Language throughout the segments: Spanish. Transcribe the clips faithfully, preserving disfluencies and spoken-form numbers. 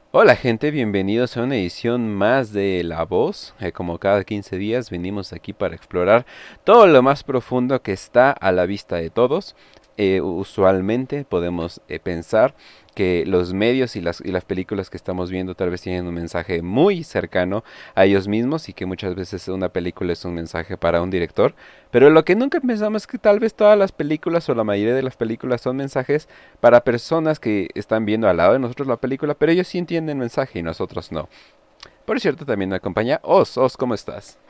Hola gente, bienvenidos a una edición más de La Voz. Eh, como cada quince días venimos aquí para explorar todo lo más profundo que está a la vista de todos. Eh, usualmente podemos eh, pensar que los medios y las, y las películas que estamos viendo tal vez tienen un mensaje muy cercano a ellos mismos y que muchas veces una película es un mensaje para un director. Pero lo que nunca pensamos es que tal vez todas las películas o la mayoría de las películas son mensajes para personas que están viendo al lado de nosotros la película, pero ellos sí entienden el mensaje y nosotros no. Por cierto, también me acompaña Os. Os, ¿cómo estás?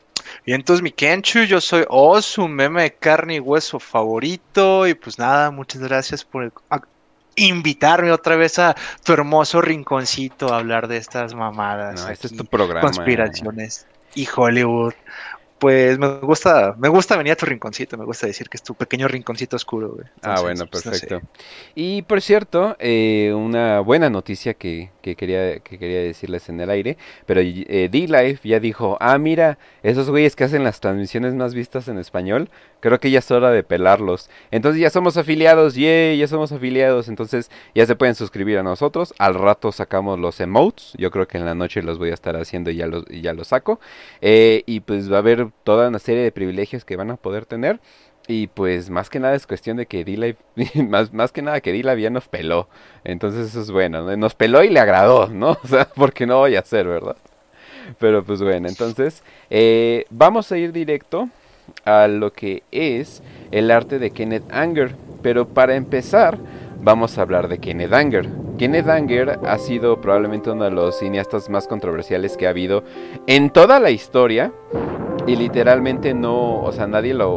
Y entonces, mi Kenchu, yo soy Oz, su meme de carne y hueso favorito. Y pues nada, muchas gracias por a- invitarme otra vez a tu hermoso rinconcito a hablar de estas mamadas No, este es tu aquí, programa. conspiraciones y Hollywood. Pues me gusta, me gusta venir a tu rinconcito, me gusta decir que es tu pequeño rinconcito oscuro, güey. Ah, Entonces, bueno, pues no sé. perfecto. Y por cierto, eh, una buena noticia que, que quería, que quería decirles en el aire, pero eh, D-Live ya dijo, ah, mira, esos güeyes que hacen las transmisiones más vistas en español, creo que ya es hora de pelarlos. Entonces ya somos afiliados, yay, ya somos afiliados, entonces ya se pueden suscribir a nosotros. Al rato sacamos los emotes, yo creo que en la noche los voy a estar haciendo y ya los, y ya los saco. Eh, y pues va a haber toda una serie de privilegios que van a poder tener. Y pues más que nada es cuestión de que Dila, más, más que nada que Dila ya nos peló. Entonces eso es bueno, ¿no? Nos peló y le agradó, ¿no? O sea, porque no voy a hacer, ¿verdad? Pero pues bueno, entonces eh, vamos a ir directo a lo que es el arte de Kenneth Anger. Pero para empezar, vamos a hablar de Kenneth Anger. Kenneth Anger ha sido probablemente uno de los cineastas más controversiales que ha habido en toda la historia. Y literalmente no, o sea, nadie lo...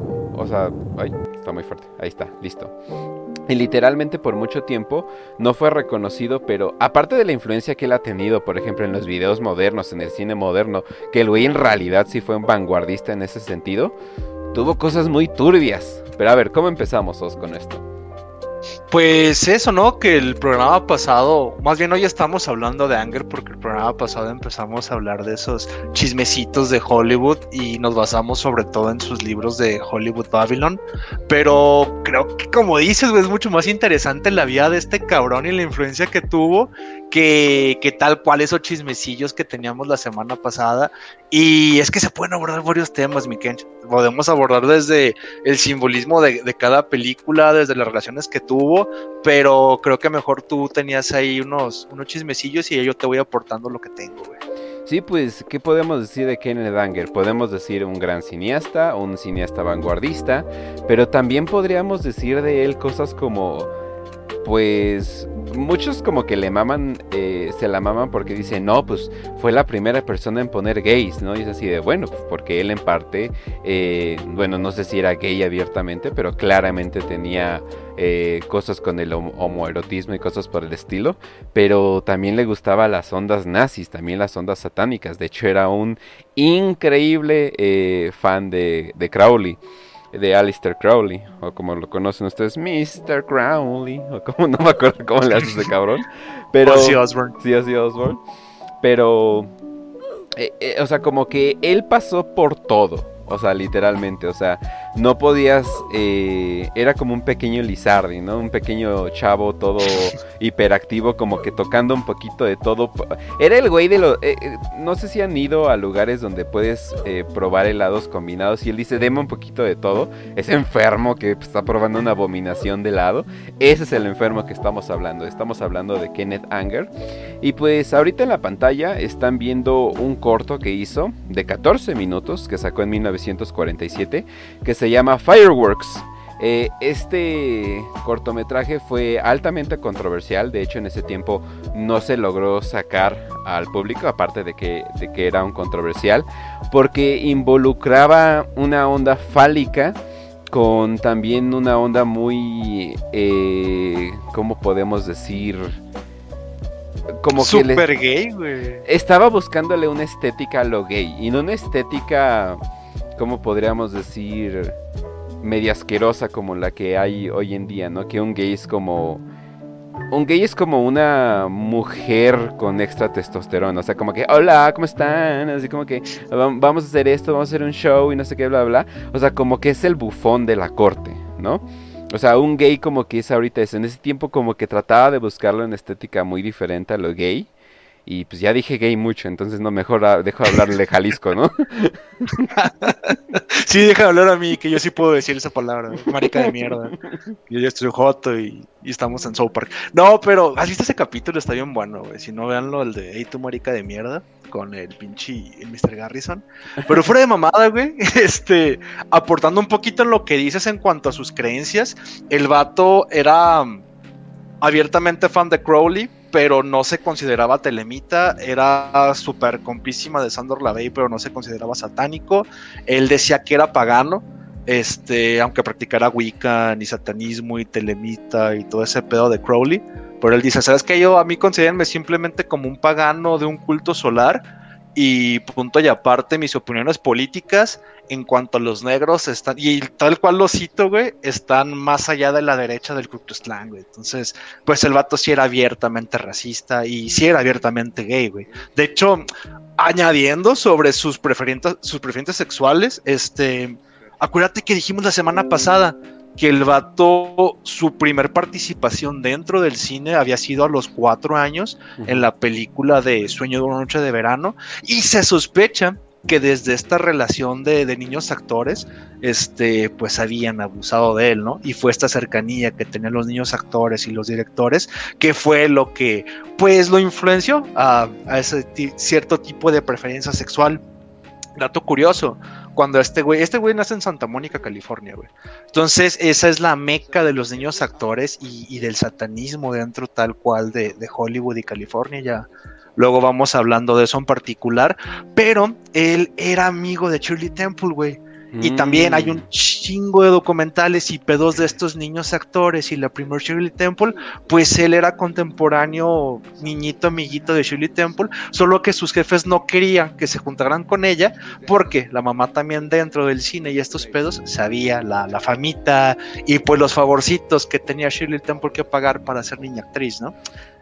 O sea, ay, está muy fuerte. Ahí está, listo. Y literalmente por mucho tiempo no fue reconocido, pero aparte de la influencia que él ha tenido, por ejemplo, en los videos modernos, en el cine moderno, que el güey en realidad sí fue un vanguardista en ese sentido, tuvo cosas muy turbias. Pero a ver, ¿cómo empezamos, Os, con esto? Pues eso, ¿no? Que el programa pasado, más bien hoy estamos hablando de Anger porque el programa pasado empezamos a hablar de esos chismecitos de Hollywood y nos basamos sobre todo en sus libros de Hollywood Babylon. Pero creo que como dices, güey, es mucho más interesante la vida de este cabrón y la influencia que tuvo que, que tal cual esos chismecillos que teníamos la semana pasada. Y es que se pueden abordar varios temas, mi Ken. Podemos abordar desde el simbolismo de, de cada película, desde las relaciones que tuvo, pero creo que mejor tú tenías ahí unos, unos chismecillos y yo te voy aportando lo que tengo, güey. Sí, pues, ¿qué podemos decir de Kenneth Anger? Podemos decir un gran cineasta, un cineasta vanguardista, pero también podríamos decir de él cosas como pues muchos como que le maman, eh, se la maman porque dicen, no, pues fue la primera persona en poner gays, ¿no? Y es así de, bueno, pues porque él en parte, eh, bueno, no sé si era gay abiertamente, pero claramente tenía eh, cosas con el homoerotismo y cosas por el estilo, pero también le gustaba las ondas nazis, también las ondas satánicas, de hecho era un increíble eh, fan de, de Crowley, de Alistair Crowley, o como lo conocen ustedes, mister Crowley, o como no me acuerdo cómo le hace ese cabrón, Ozzy pero Osbourne. sí, así Osborne, pero eh, eh, o sea, como que él pasó por todo. O sea, literalmente, o sea, no podías, eh, era como un pequeño Lizardi, ¿no? Un pequeño chavo todo hiperactivo, como que tocando un poquito de todo. Era el güey de los, eh, eh, no sé si han ido a lugares donde puedes eh, probar helados combinados y él dice, deme un poquito de todo. Es enfermo que está probando una abominación de helado. Ese es el enfermo que estamos hablando. Estamos hablando de Kenneth Anger. Y pues ahorita en la pantalla están viendo un corto que hizo de catorce minutos que sacó en mil novecientos cuarenta y siete que se llama Fireworks. Eh, este cortometraje fue altamente controversial, de hecho en ese tiempo no se logró sacar al público, aparte de que, de que era un controversial, porque involucraba una onda fálica con también una onda muy, eh, ¿cómo podemos decir? Como que le Super gay, güey. estaba buscándole una estética a lo gay y no una estética, ¿cómo podríamos decir? Media asquerosa como la que hay hoy en día, ¿no? Que un gay es como un gay es como una mujer con extra testosterona, o sea, como que, hola, ¿cómo están? Así como que vamos a hacer esto, vamos a hacer un show y no sé qué, bla, bla, bla. O sea, como que es el bufón de la corte, ¿no? O sea, un gay como que es ahorita eso. En ese tiempo como que trataba de buscarlo en estética muy diferente a lo gay. Y pues ya dije gay mucho, entonces no, mejor a, dejo de hablarle de Jalisco, ¿no? Sí, deja de hablar a mí, que yo sí puedo decir esa palabra, marica de mierda. Yo ya estoy joto y, y estamos en South Park. No, pero ¿has visto ese capítulo? Está bien bueno, güey. Si no, veanlo, el de Hey, tu marica de mierda, con el pinche el mister Garrison. Pero fuera de mamada, güey, este, aportando un poquito en lo que dices en cuanto a sus creencias, el vato era abiertamente fan de Crowley, pero no se consideraba telemita, era súper compísima de Sandor Lavey, pero no se consideraba satánico. Él decía que era pagano, este, aunque practicara Wiccan y satanismo y telemita y todo ese pedo de Crowley, pero él dice, ¿sabes qué? Yo, a mí considérenme simplemente como un pagano de un culto solar, y punto y aparte, mis opiniones políticas en cuanto a los negros están, y tal cual lo cito, güey, están más allá de la derecha del Ku Klux Klan, güey. Entonces, pues el vato sí era abiertamente racista y sí era abiertamente gay, güey. De hecho, añadiendo sobre sus preferentes, sus preferencias sexuales, este, acuérdate que dijimos la semana pasada que el vato, su primer participación dentro del cine había sido a los cuatro años, uh-huh, en la película de Sueño de una noche de verano, y se sospecha que desde esta relación de, de niños actores, este, pues habían abusado de él, ¿no? Y fue esta cercanía que tenían los niños actores y los directores, que fue lo que, pues, lo influenció a, a ese t- cierto tipo de preferencia sexual. Dato curioso, cuando este güey, este güey nace en Santa Mónica, California, güey. Entonces, esa es la meca de los niños actores y, y del satanismo dentro tal cual de, de Hollywood y California. Ya luego vamos hablando de eso en particular, pero él era amigo de Shirley Temple, güey. Y también hay un chingo de documentales y pedos de estos niños actores y la primer Shirley Temple, pues él era contemporáneo, niñito, amiguito de Shirley Temple, solo que sus jefes no querían que se juntaran con ella, porque la mamá también dentro del cine y estos pedos sabía la, la famita y pues los favorcitos que tenía Shirley Temple que pagar para ser niña actriz, ¿no?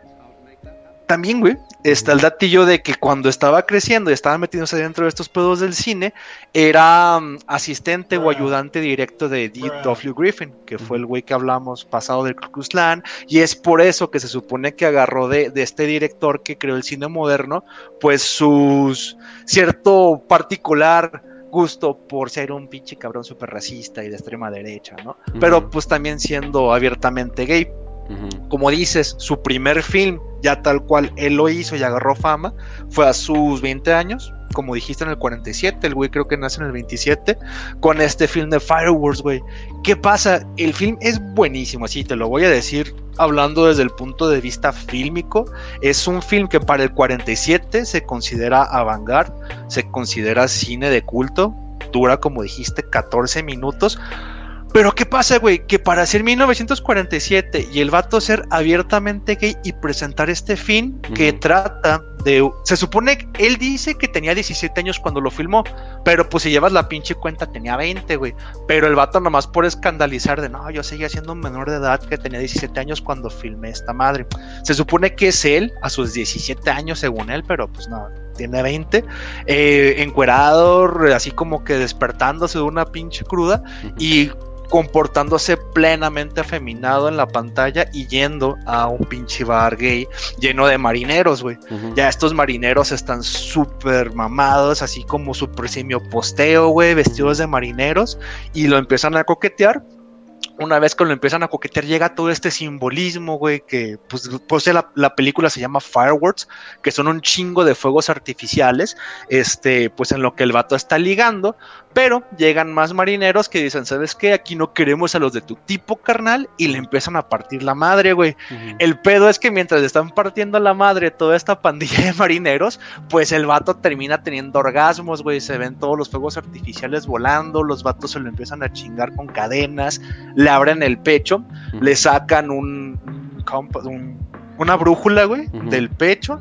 También, güey, está el datillo de que cuando estaba creciendo y estaba metiéndose dentro de estos pedos del cine, era um, asistente o ayudante directo de D W Griffin, que fue el güey que hablamos pasado del Ku Klux Klan, y es por eso que se supone que agarró de, de este director que creó el cine moderno, pues sus cierto particular gusto por ser un pinche cabrón súper racista y de extrema derecha, ¿no? Uh-huh. Pero pues también siendo abiertamente gay. Uh-huh. Como dices, su primer film, ya tal cual él lo hizo y agarró fama, fue a sus veinte años, como dijiste, en el cuarenta y siete, el güey creo que nace en el veintisiete, con este film de Fireworks, güey. ¿Qué pasa? El film es buenísimo, así te lo voy a decir, hablando desde el punto de vista fílmico. Es un film que para el cuarenta y siete se considera avant-garde, se considera cine de culto, dura, como dijiste, catorce minutos. Pero ¿qué pasa, güey? Que para ser mil novecientos cuarenta y siete y el vato ser abiertamente gay y presentar este film que uh-huh. trata de... Se supone que él dice que tenía diecisiete años cuando lo filmó, pero pues si llevas la pinche cuenta tenía veinte, güey. Pero el vato nomás por escandalizar de no, yo seguía siendo un menor de edad que tenía diecisiete años cuando filmé esta madre. Se supone que es él a sus diecisiete años según él, pero pues no... tiene veinte, eh, encuerado, así como que despertándose de una pinche cruda uh-huh. y comportándose plenamente afeminado en la pantalla y yendo a un pinche bar gay lleno de marineros, güey. Uh-huh. Ya estos marineros están súper mamados, así como súper semioposteo, güey, vestidos de marineros, y lo empiezan a coquetear. Una vez que lo empiezan a coquetear, llega todo este simbolismo, güey, que pues, pues la, la película se llama Fireworks, que son un chingo de fuegos artificiales, este, pues en lo que el vato está ligando, pero llegan más marineros que dicen, ¿sabes qué? Aquí no queremos a los de tu tipo, carnal, y le empiezan a partir la madre, güey. Uh-huh. El pedo es que mientras le están partiendo la madre toda esta pandilla de marineros, pues el vato termina teniendo orgasmos, güey, se ven todos los fuegos artificiales volando, los vatos se lo empiezan a chingar con cadenas, le abren el pecho, uh-huh. le sacan un, un, un una brújula, güey, uh-huh. del pecho,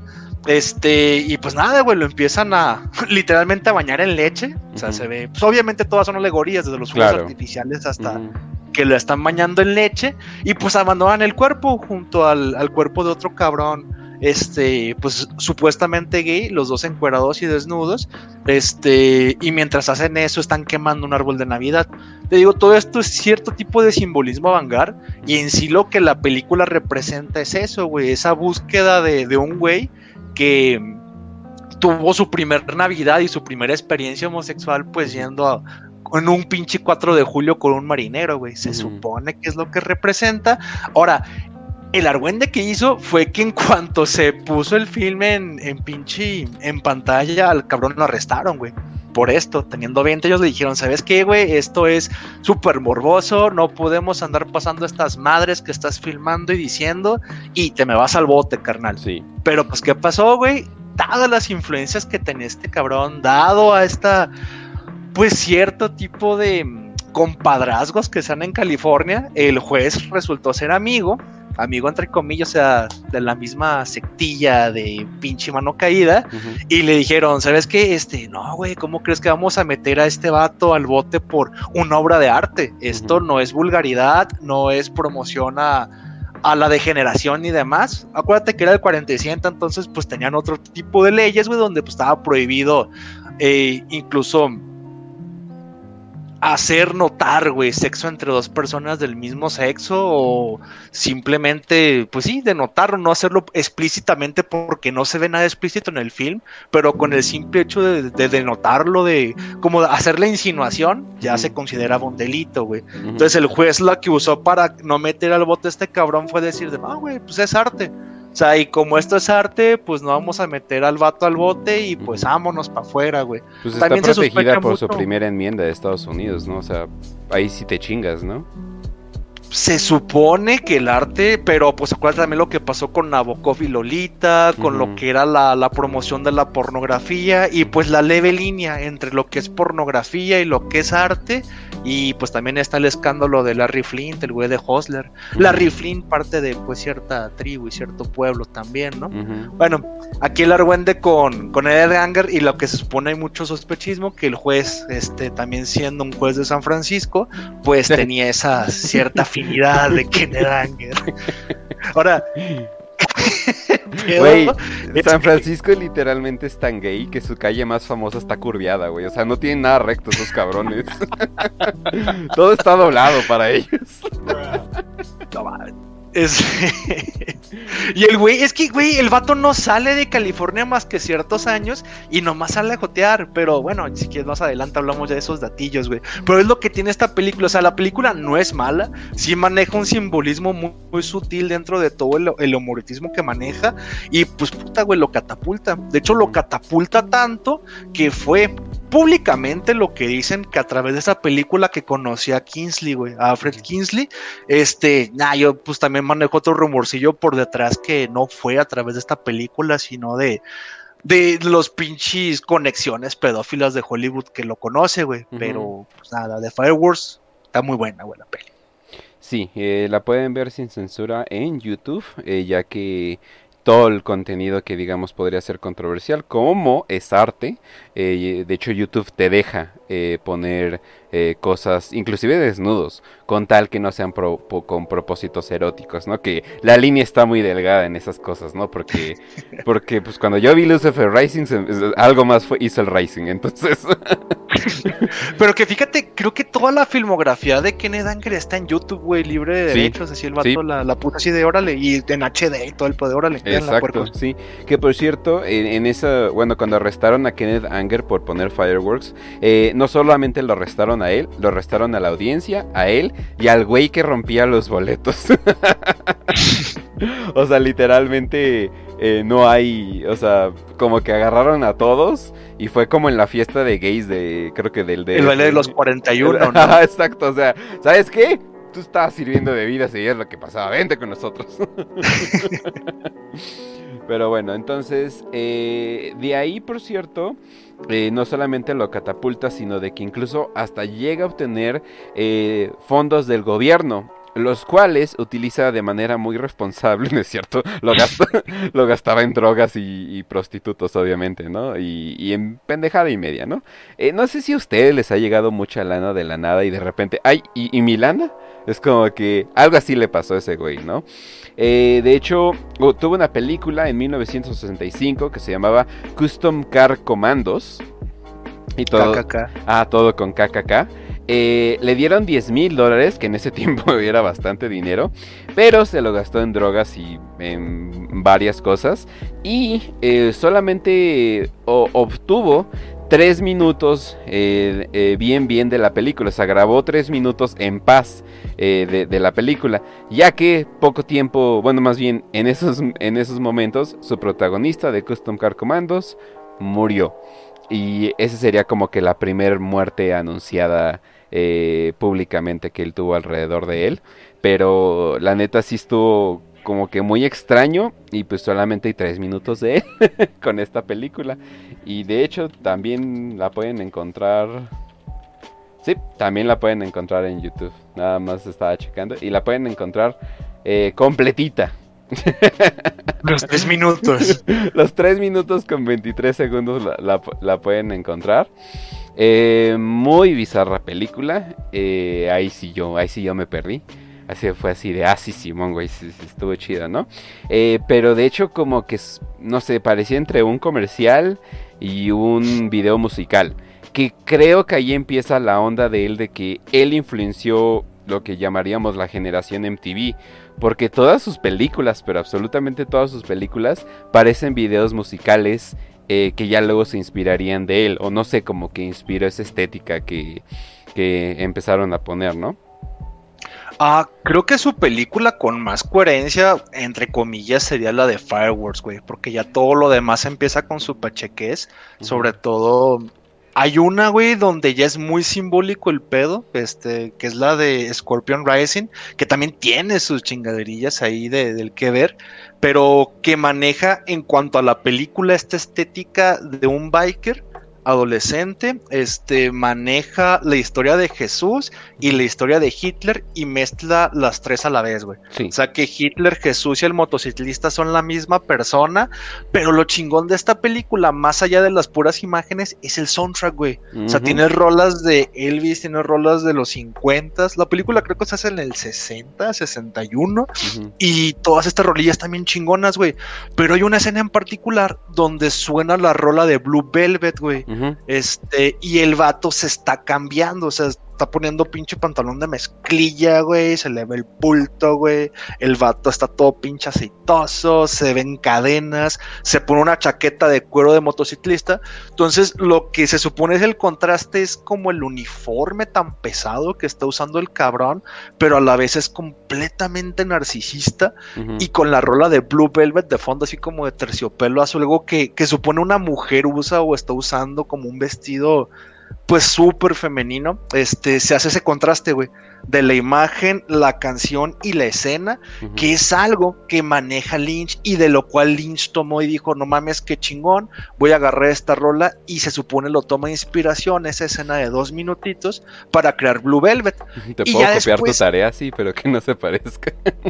este, y pues nada, güey, lo empiezan a, literalmente a bañar en leche, uh-huh. o sea, se ve, pues obviamente todas son alegorías, desde los fuegos claro. artificiales hasta... Uh-huh. que lo están bañando en leche, y pues abandonan el cuerpo junto al, al cuerpo de otro cabrón, este, pues supuestamente gay, los dos encuerados y desnudos, este, y mientras hacen eso están quemando un árbol de Navidad. Te digo, todo esto es cierto tipo de simbolismo avant-garde, y en sí lo que la película representa es eso, güey, esa búsqueda de, de un güey que tuvo su primer Navidad y su primera experiencia homosexual, pues yendo a, en un pinche cuatro de julio con un marinero, güey. Se uh-huh. supone que es lo que representa. Ahora, el argüende que hizo fue que en cuanto se puso el filme en, en pinche en pantalla, al cabrón lo arrestaron, güey. Por esto, teniendo veinte, ellos le dijeron, ¿sabes qué, güey? Esto es súper morboso, no podemos andar pasando estas madres que estás filmando y diciendo, y te me vas al bote, carnal. Sí. Pero pues, ¿qué pasó, güey? Dadas las influencias que tenía este cabrón, dado a esta, pues, cierto tipo de compadrazgos que están en California, el juez resultó ser amigo, amigo entre comillas, o sea, de la misma sectilla de pinche mano caída, uh-huh. y le dijeron, ¿sabes qué? Este, no, güey, ¿cómo crees que vamos a meter a este vato al bote por una obra de arte? Esto uh-huh. no es vulgaridad, no es promoción a, a la degeneración ni demás. Acuérdate que era el cuarenta y siete, entonces pues tenían otro tipo de leyes, güey, donde pues estaba prohibido eh, incluso hacer notar, güey, sexo entre dos personas del mismo sexo, o simplemente, pues sí, denotarlo, no hacerlo explícitamente porque no se ve nada explícito en el film, pero con el simple hecho de, de denotarlo, de como hacer la insinuación, ya uh-huh. se consideraba un delito, güey. Uh-huh. Entonces el juez la que usó para no meter al bote a este cabrón fue decir, de, no, güey, pues es arte. O sea, y como esto es arte, pues no vamos a meter al vato al bote y pues vámonos para afuera, güey. Pues está También protegida por mucho. Su primera enmienda de Estados Unidos, ¿no? O sea, ahí sí te chingas, ¿no? Se supone que el arte, pero pues acuérdate también lo que pasó con Nabokov y Lolita, con uh-huh. lo que era la, la promoción de la pornografía, y pues la leve línea entre lo que es pornografía y lo que es arte, y pues también está el escándalo de Larry Flint, el güey de Hustler. Uh-huh. Larry Flint parte de pues cierta tribu y cierto pueblo también, ¿no? Uh-huh. Bueno, aquí el argüende con, con Ed Anger, y lo que se supone hay mucho sospechismo, que el juez, este, también siendo un juez de San Francisco, pues tenía esa cierta afinidad de Kenneth Anger. Ahora, güey, San Francisco que... literalmente es tan gay que su calle más famosa está curviada, güey. O sea, no tienen nada recto esos cabrones. Todo está doblado para ellos. No mames. Es... y el güey, es que güey, el vato no sale de California más que ciertos años y nomás sale a jotear, pero bueno, si quieres más adelante hablamos ya de esos datillos, güey. Pero es lo que tiene esta película, o sea, la película no es mala, sí maneja un simbolismo muy, muy sutil dentro de todo el, el humoritismo que maneja, y pues puta, güey, lo catapulta. De hecho, lo catapulta tanto que fue públicamente lo que dicen que a través de esa película que conocí a Kingsley, güey, a Fred Kingsley, este, nah, yo pues también manejo otro rumorcillo por detrás que no fue a través de esta película, sino de, de los pinches conexiones pedófilas de Hollywood que lo conoce, güey, uh-huh. pero pues nada, de Fireworks está muy buena, güey, la peli. Sí, eh, la pueden ver sin censura en YouTube, eh, ya que todo el contenido que digamos podría ser controversial, como es arte, eh, de hecho YouTube te deja eh, poner eh, cosas, inclusive desnudos, con tal que no sean pro, po, con propósitos eróticos, ¿no? Que la línea está muy delgada en esas cosas, ¿no? Porque, porque pues cuando yo vi Lucifer Rising, se, algo más fue, hizo el Rising, entonces... Pero que fíjate, creo que toda la filmografía de Kenneth Anger está en YouTube, güey, libre de sí, derechos, así el vato sí. la, la puta así de órale, y en H D y todo el poder, órale. Exacto, sí, que por cierto, en, en esa, bueno, cuando arrestaron a Kenneth Anger por poner Fireworks, eh, no solamente lo arrestaron a él, lo arrestaron a la audiencia, a él y al güey que rompía los boletos. O sea, literalmente eh, no hay, o sea, como que agarraron a todos y fue como en la fiesta de gays de, creo que del de... El baile de los cuarenta y uno, ¿no? Exacto, o sea, ¿sabes qué? Tú estabas sirviendo bebidas y es lo que pasaba, vente con nosotros. Pero bueno, entonces, eh, de ahí, por cierto, eh, no solamente lo catapulta, sino de que incluso hasta llega a obtener eh, fondos del gobierno. los cuales utiliza de manera muy responsable, ¿no es cierto? Lo, gasta, lo gastaba en drogas y, y prostitutos, obviamente, ¿no? Y, y en pendejada y media, ¿no? Eh, no sé si a ustedes les ha llegado mucha lana de la nada y de repente, ¡ay! ¿Y, y mi lana? Es como que algo así le pasó a ese güey, ¿no? Eh, de hecho, oh, tuvo una película en mil novecientos sesenta y cinco que se llamaba Custom Car Commandos. Y todo, K K K. Ah, todo con K K K. Eh, le dieron diez mil dólares, que en ese tiempo era bastante dinero, pero se lo gastó en drogas y en varias cosas. Y eh, solamente o, obtuvo tres minutos eh, eh, bien bien de la película. O sea, grabó tres minutos en paz eh, de, de la película, ya que poco tiempo, bueno, más bien en esos, en esos momentos, su protagonista de Custom Car Commandos murió. Y esa sería como que la primer muerte anunciada eh, públicamente que él tuvo alrededor de él. Pero la neta sí estuvo como que muy extraño. Y pues solamente hay tres minutos de él con esta película. Y de hecho también la pueden encontrar... Sí, también la pueden encontrar en YouTube. Nada más estaba checando. Y la pueden encontrar eh, completita. Los tres minutos. Los tres minutos con veintitrés segundos la, la, la pueden encontrar. Eh, muy bizarra película. Eh, ahí sí yo, ahí sí yo me perdí. Así fue así de, ah, sí, Simón, güey, sí, sí, estuvo chido, ¿no? Eh, pero de hecho como que, no sé, parecía entre un comercial y un video musical. Que creo que ahí empieza la onda de él, de que él influenció lo que llamaríamos la generación M T V. Porque todas sus películas, pero absolutamente todas sus películas, parecen videos musicales eh, que ya luego se inspirarían de él. O no sé, como que inspiró esa estética que, que empezaron a poner, ¿no? Ah, creo que su película con más coherencia, entre comillas, sería la de Fireworks, güey. Porque ya todo lo demás empieza con su pachequez. Uh-huh. Sobre todo... Hay una, güey, donde ya es muy simbólico el pedo, este, que es la de Scorpion Rising, que también tiene sus chingaderillas ahí de, del que ver, pero que maneja en cuanto a la película esta estética de un biker adolescente, este, maneja la historia de Jesús y la historia de Hitler y mezcla las tres a la vez, güey. Sí. O sea que Hitler, Jesús y el motociclista son la misma persona, pero lo chingón de esta película, más allá de las puras imágenes, es el soundtrack, güey. Uh-huh. O sea, tiene rolas de Elvis, tiene rolas de los cincuenta, la película creo que se hace en el sesenta, sesenta y uno, uh-huh. Y todas estas rolillas también chingonas, güey. Pero hay una escena en particular donde suena la rola de Blue Velvet, güey. Uh-huh. Este, y el vato se está cambiando, o sea, está poniendo pinche pantalón de mezclilla, güey, se le ve el bulto, güey, el vato está todo pinche aceitoso, se ven cadenas, se pone una chaqueta de cuero de motociclista. Entonces lo que se supone es el contraste, es como el uniforme tan pesado que está usando el cabrón, pero a la vez es completamente narcisista. Uh-huh. Y con la rola de Blue Velvet de fondo, así como de terciopelo azul, algo que, que supone una mujer usa o está usando como un vestido pues súper femenino, este, se hace ese contraste, güey, de la imagen, la canción y la escena, uh-huh. que es algo que maneja Lynch y de lo cual Lynch tomó y dijo, no mames, qué chingón, voy a agarrar esta rola, y se supone lo toma de inspiración, esa escena de dos minutitos, para crear Blue Velvet. Te y puedo copiar después... tu tarea, sí, pero que no se parezca.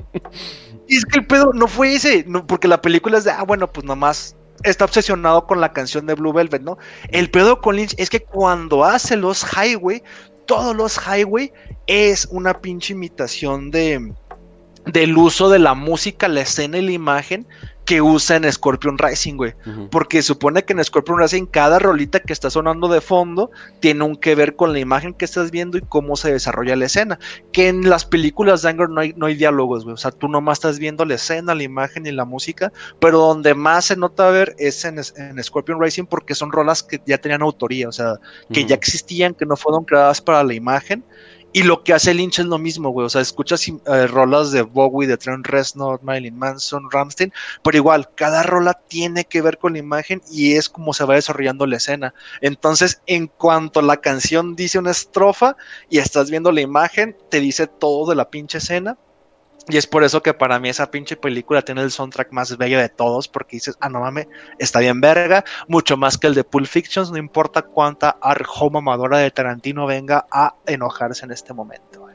Y es que el pedo no fue ese, no, porque la película es de, ah, bueno, pues nomás está obsesionado con la canción de Blue Velvet, ¿no? El pedo con Lynch es que cuando hace los Highway, todos los Highway es una pinche imitación de del uso de la música, la escena y la imagen que usa en Scorpion Rising, güey. Uh-huh. Porque supone que en Scorpion Rising cada rolita que está sonando de fondo tiene un que ver con la imagen que estás viendo y cómo se desarrolla la escena. Que en las películas de Anger no hay, no hay diálogos, güey. O sea, tú nomás estás viendo la escena, la imagen y la música, pero donde más se nota ver es en, en Scorpion Rising, porque son rolas que ya tenían autoría, o sea, que uh-huh. ya existían, que no fueron creadas para la imagen. Y lo que hace Lynch es lo mismo, güey. O sea, escuchas eh, rolas de Bowie, de Trent Reznor, Marilyn Manson, Rammstein, pero igual, cada rola tiene que ver con la imagen y es como se va desarrollando la escena. Entonces, en cuanto la canción dice una estrofa y estás viendo la imagen, te dice todo de la pinche escena. Y es por eso que para mí esa pinche película tiene el soundtrack más bello de todos, porque dices, ah, no mames, está bien verga, mucho más que el de Pulp Fiction, no importa cuánta arjo mamadora de Tarantino venga a enojarse en este momento. Güey.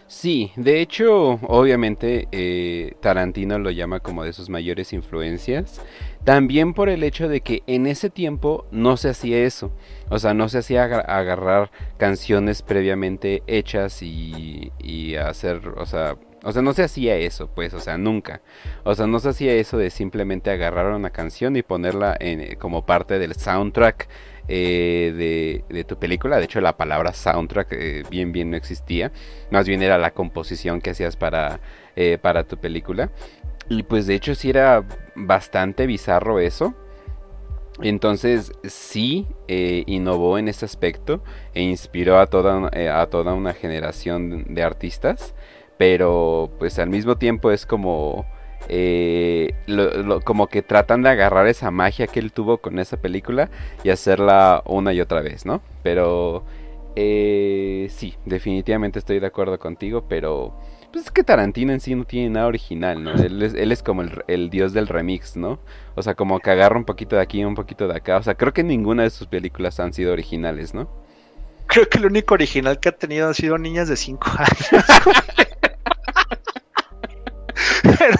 Sí, de hecho, obviamente eh, Tarantino lo llama como de sus mayores influencias, también por el hecho de que en ese tiempo no se hacía eso, o sea, no se hacía aga- agarrar canciones previamente hechas y, y hacer, o sea, o sea, no se hacía eso, pues, o sea, nunca, o sea, no se hacía eso de simplemente agarrar una canción y ponerla en, como parte del soundtrack eh, de, de tu película. De hecho, la palabra soundtrack eh, bien bien no existía, más bien era la composición que hacías para, eh, para tu película. Y pues de hecho sí era bastante bizarro eso. Entonces sí eh, innovó en ese aspecto e inspiró a toda, una- eh, a toda una generación de artistas. Pero pues al mismo tiempo es como... eh, lo- lo- como que tratan de agarrar esa magia que él tuvo con esa película y hacerla una y otra vez, ¿no? Pero eh, sí, definitivamente estoy de acuerdo contigo, pero pues es que Tarantino en sí no tiene nada original, ¿no? Él es, él es como el, el dios del remix, ¿no? O sea, como que agarra un poquito de aquí, un poquito de acá. O sea, creo que ninguna de sus películas han sido originales, ¿no? Creo que el único original que ha tenido han sido niñas de cinco años. Pero,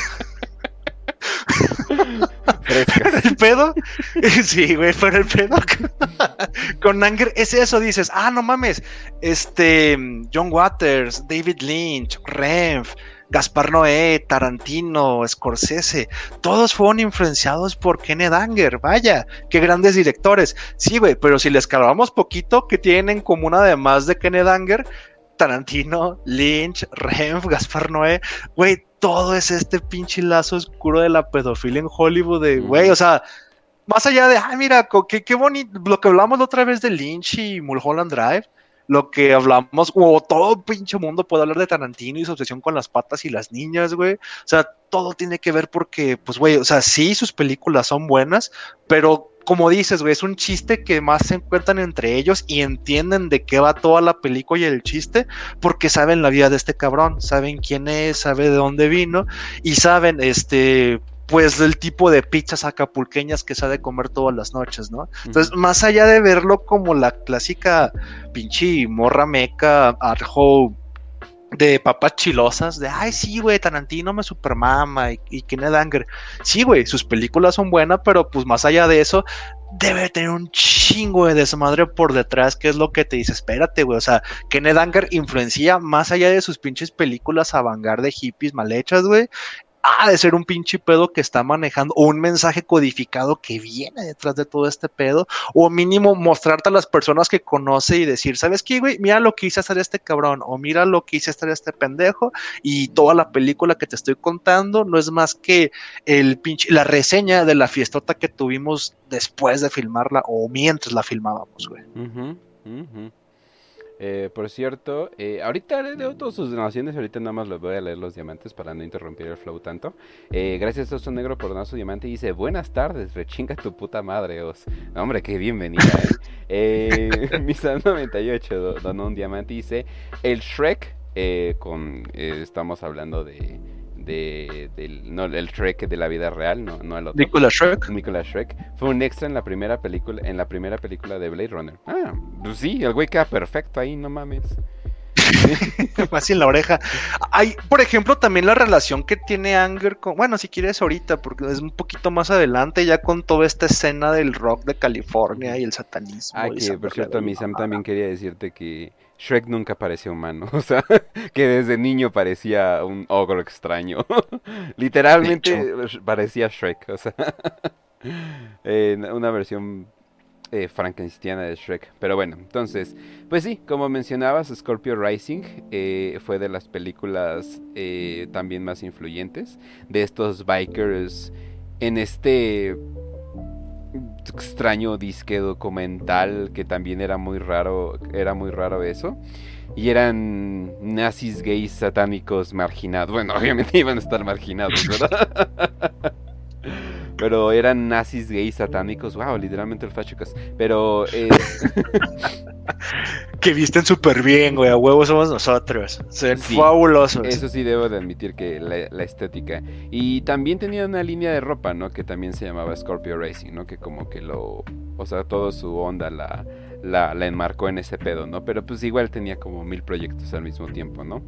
pero Frescas. el pedo, sí, güey, pero el pedo con Anger es eso, dices, ah, no mames, este, John Waters, David Lynch, Renf, Gaspar Noé, Tarantino, Scorsese, todos fueron influenciados por Kenneth Anger, vaya, qué grandes directores. Sí, güey, pero si les calvamos poquito, ¿qué tienen en común además de Kenneth Anger? Tarantino, Lynch, Renf, Gaspar Noé, güey, todo es este pinche lazo oscuro de la pedofilia en Hollywood, de, güey, o Ujú. sea, más allá de, ah, mira, qué, qué bonito, lo que hablamos la otra vez de Lynch y Mulholland Drive, lo que hablamos, o todo pinche mundo puede hablar de Tarantino y su obsesión con las patas y las niñas, güey. O sea, todo tiene que ver porque, pues, güey, o sea, sí, sus películas son buenas, pero como dices, güey, es un chiste que más se encuentran entre ellos y entienden de qué va toda la película y el chiste, porque saben la vida de este cabrón, saben quién es, saben de dónde vino y saben, este, pues del tipo de pizzas acapulqueñas que sabe comer todas las noches, ¿no? Entonces, Ujú. más allá de verlo como la clásica pinche morra meca, arjo de papas chilosas, de ay, sí, güey, Tarantino me supermama y, y Kenneth Anger. Sí, güey, sus películas son buenas, pero pues más allá de eso, debe tener un chingo de desmadre por detrás, que es lo que te dice, espérate, güey, o sea, Kenneth Anger influencia más allá de sus pinches películas avant-garde de hippies mal hechas, güey, ha de ser un pinche pedo que está manejando, o un mensaje codificado que viene detrás de todo este pedo, o mínimo mostrarte a las personas que conoce y decir, ¿sabes qué, güey? Mira lo que hice hacer este cabrón, o mira lo que hice hacer este pendejo, y toda la película que te estoy contando no es más que el pinche, la reseña de la fiestota que tuvimos después de filmarla, o mientras la filmábamos, güey. Ujú, ujú. Eh, por cierto, eh, ahorita leo todas sus donaciones, ahorita nada más les voy a leer los diamantes para no interrumpir el flow tanto. Eh, gracias a Oso Negro por donar su diamante y dice, buenas tardes, rechinga tu puta madre, Os. No, hombre, qué bienvenida, eh. eh Misa noventa y ocho do- donó un diamante y dice, el Shrek, eh, con, eh, estamos hablando de, de, del, no, el Shrek de la vida real, no, no el otro. Nicolas Shrek. Nicolas Shrek fue un extra en la primera película en la primera película de Blade Runner. Ah, pues sí, el güey queda perfecto ahí, no mames. Más en la oreja. Hay, por ejemplo, también la relación que tiene Anger con, bueno, si quieres ahorita, porque es un poquito más adelante, ya con toda esta escena del rock de California y el Ah, satanismo y que por Sandra cierto, Rebel. mi Sam también quería decirte que Shrek nunca parecía humano. O sea, que desde niño parecía un ogro extraño. De hecho, Literalmente parecía Shrek. O sea, eh, una versión eh, frankensteiniana de Shrek. Pero bueno, entonces, pues sí, como mencionabas, Scorpio Rising eh, fue de las películas eh, también más influyentes de estos bikers en este extraño disque documental que también era muy raro, era muy raro eso. Y eran nazis gays satánicos marginados. Bueno, obviamente iban a estar marginados, ¿verdad? Pero eran nazis gays satánicos. Wow, literalmente el fachocas. Pero es... que visten súper bien, güey. A huevos somos nosotros. Son sí, fabulosos. eso sí debo de admitir que la, la estética. Y también tenía una línea de ropa, ¿no? Que también se llamaba Scorpio Racing, ¿no? Que como que lo... O sea, todo su onda la, la, la enmarcó en ese pedo, ¿no? Pero pues igual tenía como mil proyectos al mismo tiempo, ¿no?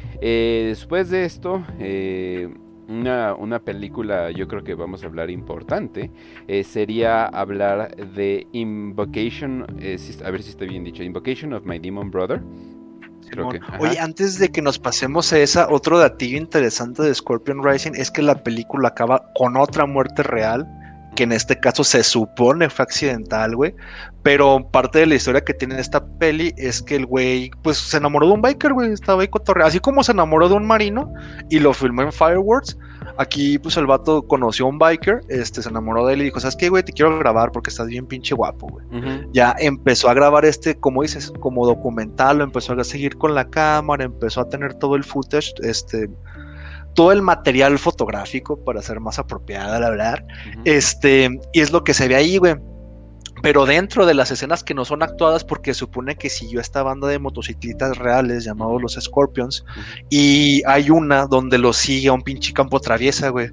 Eh, después de esto, eh, una, una película yo creo que vamos a hablar importante, eh, sería hablar de Invocation, eh, si, a ver si está bien dicho, Invocation of My Demon Brother. Creo que, oye, antes de que nos pasemos a esa, otro datillo interesante de Scorpion Rising es que la película acaba con otra muerte real, que en este caso se supone fue accidental, güey, pero parte de la historia que tiene esta peli es que el güey, pues se enamoró de un biker, güey, estaba ahí cotorreando, así como se enamoró de un marino y lo filmó en Fireworks. Aquí, pues el vato conoció a un biker, este, se enamoró de él y dijo, ¿sabes qué, güey? Te quiero grabar porque estás bien pinche guapo, güey. Uh-huh. Ya empezó a grabar este, como dices, como documental, lo empezó a seguir con la cámara, empezó a tener todo el footage, este, todo el material fotográfico, para ser más apropiada al hablar, uh-huh. este, y es lo que se ve ahí, güey. Pero dentro de las escenas que no son actuadas, porque supone que siguió esta banda de motociclistas reales llamados los Scorpions, uh-huh. y hay una donde lo sigue a un pinche campo traviesa, güey.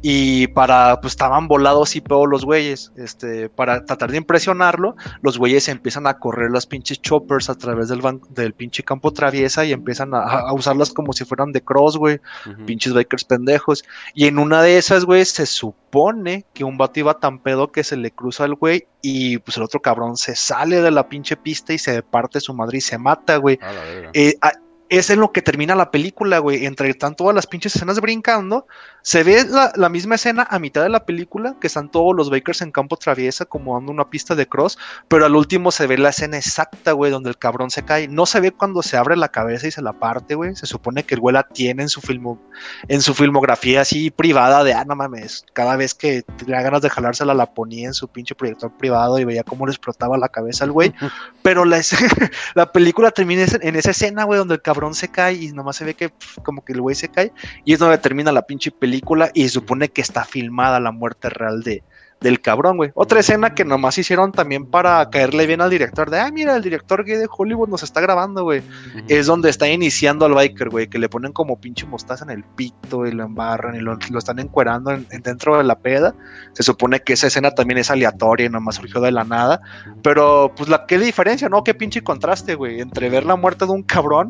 Y para, pues estaban volados y peor los güeyes, este, para tratar de impresionarlo, los güeyes empiezan a correr las pinches choppers a través del, ban- del pinche campo traviesa y empiezan a, a usarlas como si fueran de cross, güey, uh-huh. pinches bikers pendejos. Y en una de esas, güey, se supone que un vato iba tan pedo que se le cruza al güey y pues el otro cabrón se sale de la pinche pista y se parte su madre y se mata, güey. A la verga. Eh, a, es en lo que termina la película, güey. Entre están todas las pinches escenas brincando, se ve la, la misma escena a mitad de la película, que están todos los bikers en campo traviesa como dando una pista de cross, pero al último se ve la escena exacta, güey, donde el cabrón se cae. No se ve cuando se abre la cabeza y se la parte, güey. Se supone que el güey la tiene en su filmo, en su filmografía así privada de, ah, no mames, cada vez que tenía ganas de jalársela la ponía en su pinche proyector privado y veía cómo le explotaba la cabeza al güey. Pero la, la película termina en esa escena, güey, donde el cabrón se cae y nomás se ve que pf, como que el güey se cae y es donde termina la pinche película y se supone que está filmada la muerte real de, del cabrón, güey. Otra escena que nomás hicieron también para caerle bien al director de, ah, mira, el director gay de Hollywood nos está grabando, güey. Uh-huh. Es donde está iniciando al biker, güey, que le ponen como pinche mostaza en el pito y lo embarran y lo, lo están encuerando en, en dentro de la peda. Se supone que esa escena también es aleatoria y nomás surgió de la nada, pero pues la qué diferencia, ¿no? Qué pinche contraste, güey, entre ver la muerte de un cabrón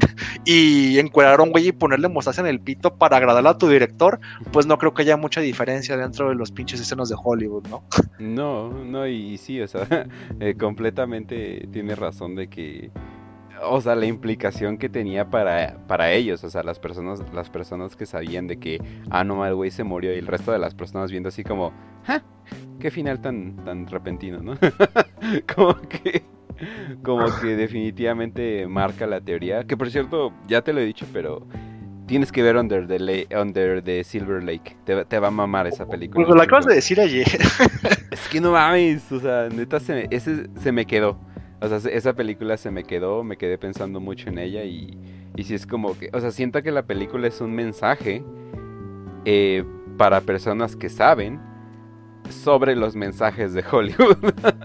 y encuerar a un güey y ponerle mostaza en el pito para agradarle a tu director. Pues no creo que haya mucha diferencia dentro de los pinches escenas de Hollywood, ¿no? No, no, y sí, o sea, eh, completamente tiene razón de que, o sea, la implicación que tenía para, para ellos, o sea, las personas, las personas que sabían de que, ah, no, el güey se murió, y el resto de las personas viendo así como, ¡ja! ¡Qué final tan, tan repentino!, ¿no? como que, como que definitivamente marca la teoría, que por cierto, ya te lo he dicho, pero... Tienes que ver Under the, La- Under the Silver Lake. Te, te va a mamar esa película. Pues lo acabas de decir ayer. Es que no mames. O sea, neta, se me, ese se me quedó. O sea, esa película se me quedó. Me quedé pensando mucho en ella. Y, y sí es como que... O sea, siento que la película es un mensaje eh, para personas que saben sobre los mensajes de Hollywood.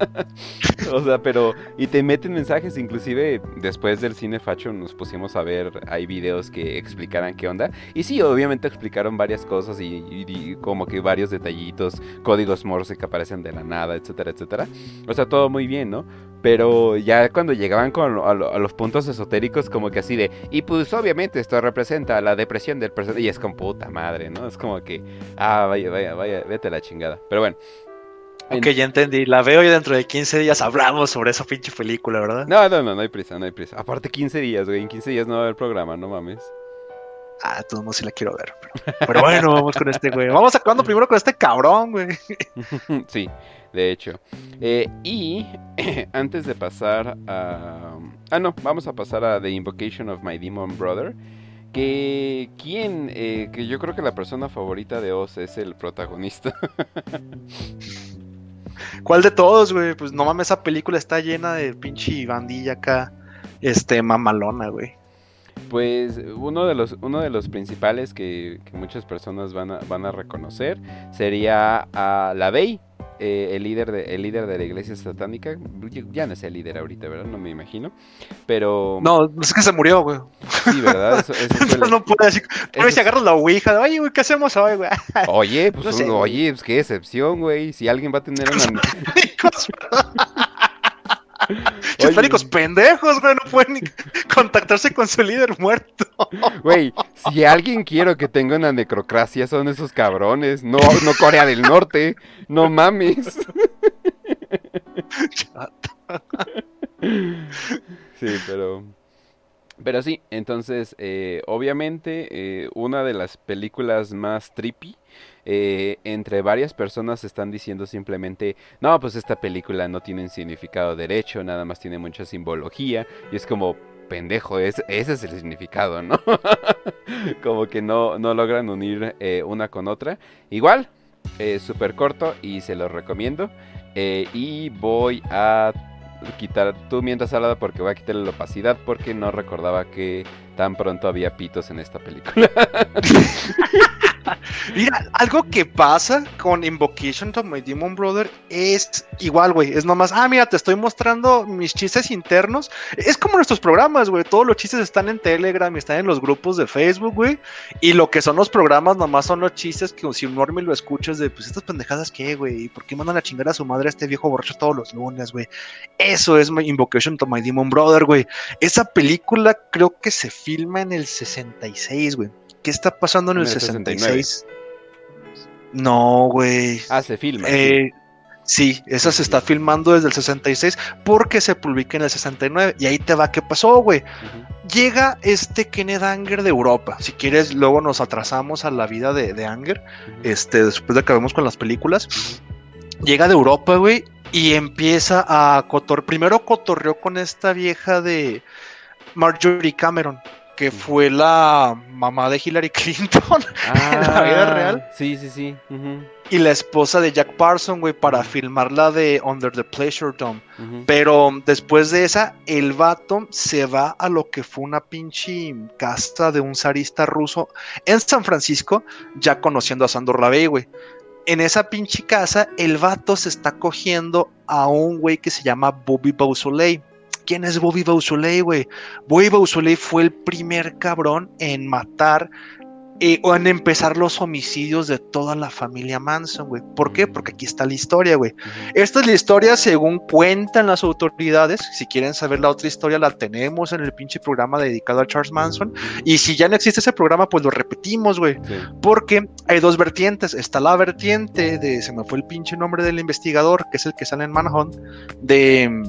O sea, pero... Y te meten mensajes, inclusive después del cine facho nos pusimos a ver, hay videos que explicaran qué onda. Y sí, obviamente explicaron varias cosas y, y, y como que varios detallitos, códigos Morse que aparecen de la nada, etcétera, etcétera. O sea, todo muy bien, ¿no? Pero ya cuando llegaban con, a, a los puntos esotéricos, como que así de... Y pues obviamente esto representa la depresión del personaje. Y es con puta madre, ¿no? Es como que... Ah, vaya, vaya, vaya, vete a la chingada. Pero bueno. Ok, en... ya entendí. La veo y dentro de quince días hablamos sobre esa pinche película, ¿verdad? No, no, no, no hay prisa, no hay prisa. Aparte quince días, güey. En quince días no va a haber programa, no mames. Ah, de todos modos sí la quiero ver. Pero, pero bueno, vamos con este güey. Vamos acabando primero con este cabrón, güey. Sí, de hecho. Eh, y antes de pasar a... Ah, no, vamos a pasar a The Invocation of My Demon Brother. Que quién, eh, que yo creo que la persona favorita de Oz es el protagonista. ¿Cuál de todos, güey? Pues no mames, esa película está llena de pinche bandilla acá, este, mamalona, güey. Pues uno de los uno de los principales que, que muchas personas van a, van a reconocer sería a la Bey, eh, el líder de el líder de la iglesia satánica. Ya no es el líder ahorita, ¿verdad? No me imagino. Pero no, es que se murió, güey. Sí, ¿verdad? Eso, eso fue no, no puede decir. Pero si agarras la ouija, oye, güey, ¿qué hacemos hoy, güey? Oye, pues no sé, un, oye, pues qué excepción, güey. Si alguien va a tener una Chispánicos pendejos, güey, no pueden ni contactarse con su líder muerto. Güey, si alguien quiero que tenga una necrocracia son esos cabrones, no, no Corea del Norte, no mames. Sí, pero... Pero sí, entonces, eh, obviamente, eh, una de las películas más trippy, eh, entre varias personas están diciendo simplemente, no, pues esta película no tiene un significado derecho, nada más tiene mucha simbología, y es como, pendejo, es, ese es el significado, ¿no? Como que no, no logran unir eh, una con otra. Igual, eh, súper corto y se los recomiendo, eh, y voy a... quitar, tú mientras hablaba porque voy a quitarle la opacidad porque no recordaba que tan pronto había pitos en esta película. Mira, algo que pasa con Invocation to My Demon Brother es igual, güey. Es nomás, ah, mira, te estoy mostrando mis chistes internos. Es como nuestros programas, güey. Todos los chistes están en Telegram y están en los grupos de Facebook, güey. Y lo que son los programas nomás son los chistes que si un normie lo escuchas de, pues, estas pendejadas, ¿qué, güey? ¿Por qué mandan a chingar a su madre a este viejo borracho todos los lunes, güey? Eso es my Invocation to My Demon Brother, güey. Esa película creo que se filma en el sesenta y seis, güey. ¿Qué está pasando en el, en el sesenta y seis? sesenta y nueve. No, güey. Ah, se filma. Eh, sí. sí, esa se está filmando desde el sesenta y seis porque se publica en el sesenta y nueve. Y ahí te va, ¿qué pasó, güey? Uh-huh. Llega este Kenneth Anger de Europa. Si quieres, luego nos atrasamos a la vida de, de Anger. Uh-huh. Este, después de que acabemos con las películas. Uh-huh. Llega de Europa, güey, y empieza a cotorrear. Primero cotorreó con esta vieja de Marjorie Cameron, que fue la mamá de Hillary Clinton ah, en la vida real. Sí, sí, sí. Uh-huh. Y la esposa de Jack Parson, güey, para uh-huh. filmar la de Under the Pleasure Dome. Uh-huh. Pero después de esa, el vato se va a lo que fue una pinche casa de un zarista ruso en San Francisco, ya conociendo a Sandor Lavey, güey. En esa pinche casa, el vato se está cogiendo a un güey que se llama Bobby Beausoleil. ¿Quién es Bobby Beausoleil, güey? Bobby Beausoleil fue el primer cabrón en matar eh, o en empezar los homicidios de toda la familia Manson, güey. ¿Por qué? Porque aquí está la historia, güey. Uh-huh. Esta es la historia según cuentan las autoridades. Si quieren saber la otra historia, la tenemos en el pinche programa dedicado a Charles Manson. Uh-huh. Y si ya no existe ese programa, pues lo repetimos, güey. Sí. Porque hay dos vertientes. Está la vertiente de, se me fue el pinche nombre del investigador, que es el que sale en Manhunt, de...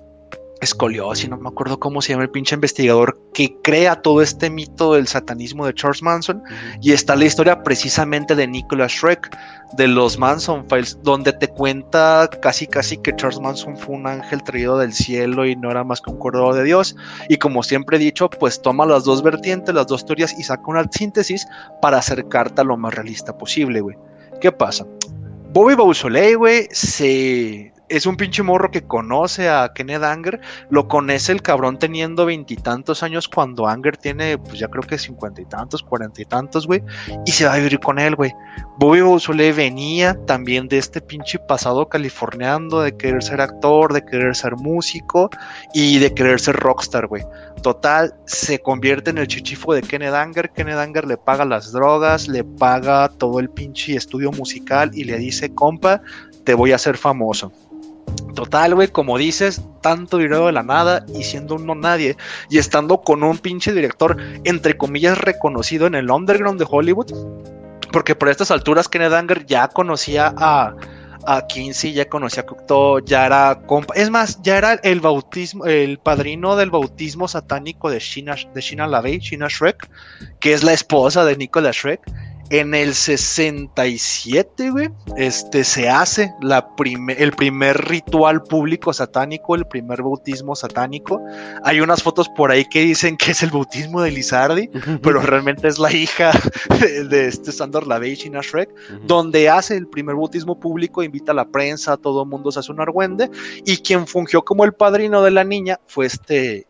Scoliosi, no me acuerdo cómo se llama el pinche investigador que crea todo este mito del satanismo de Charles Manson. Uh-huh. Y está la historia precisamente de Nicholas Schreck, de los Manson Files, donde te cuenta casi casi que Charles Manson fue un ángel traído del cielo y no era más que un cordero de Dios. Y como siempre he dicho, pues toma las dos vertientes, las dos teorías y saca una síntesis para acercarte a lo más realista posible, güey. ¿Qué pasa? Bobby Beausoleil, güey, se... es un pinche morro que conoce a Kenneth Anger, lo conoce el cabrón teniendo veintitantos años cuando Anger tiene, pues ya creo que cincuenta y tantos, cuarenta y tantos, güey, y se va a vivir con él, güey. Bobby Beausoleil venía también de este pinche pasado californiano, de querer ser actor, de querer ser músico y de querer ser rockstar, güey. Total, se convierte en el chichifo de Kenneth Anger. Kenneth Anger le paga las drogas, le paga todo el pinche estudio musical y le dice, compa, te voy a hacer famoso. Total, güey, como dices, tanto dinero de la nada y siendo un no nadie y estando con un pinche director, entre comillas, reconocido en el underground de Hollywood, porque por estas alturas Kenneth Anger ya conocía a, a Kinsey, ya conocía a Cocteau, ya era compa, es más, ya era el bautismo, el padrino del bautismo satánico de Sheena, de Sheena LaVey, Sheena Schreck, que es la esposa de Nicholas Schreck. En el sesenta y siete, güey, este, se hace la prime, el primer ritual público satánico, el primer bautismo satánico. Hay unas fotos por ahí que dicen que es el bautismo de Lizardi, pero realmente es la hija de, de este Sandor Lavey, Sheena Schreck, uh-huh. donde hace el primer bautismo público, invita a la prensa, todo el mundo se hace un argüende, y quien fungió como el padrino de la niña fue este...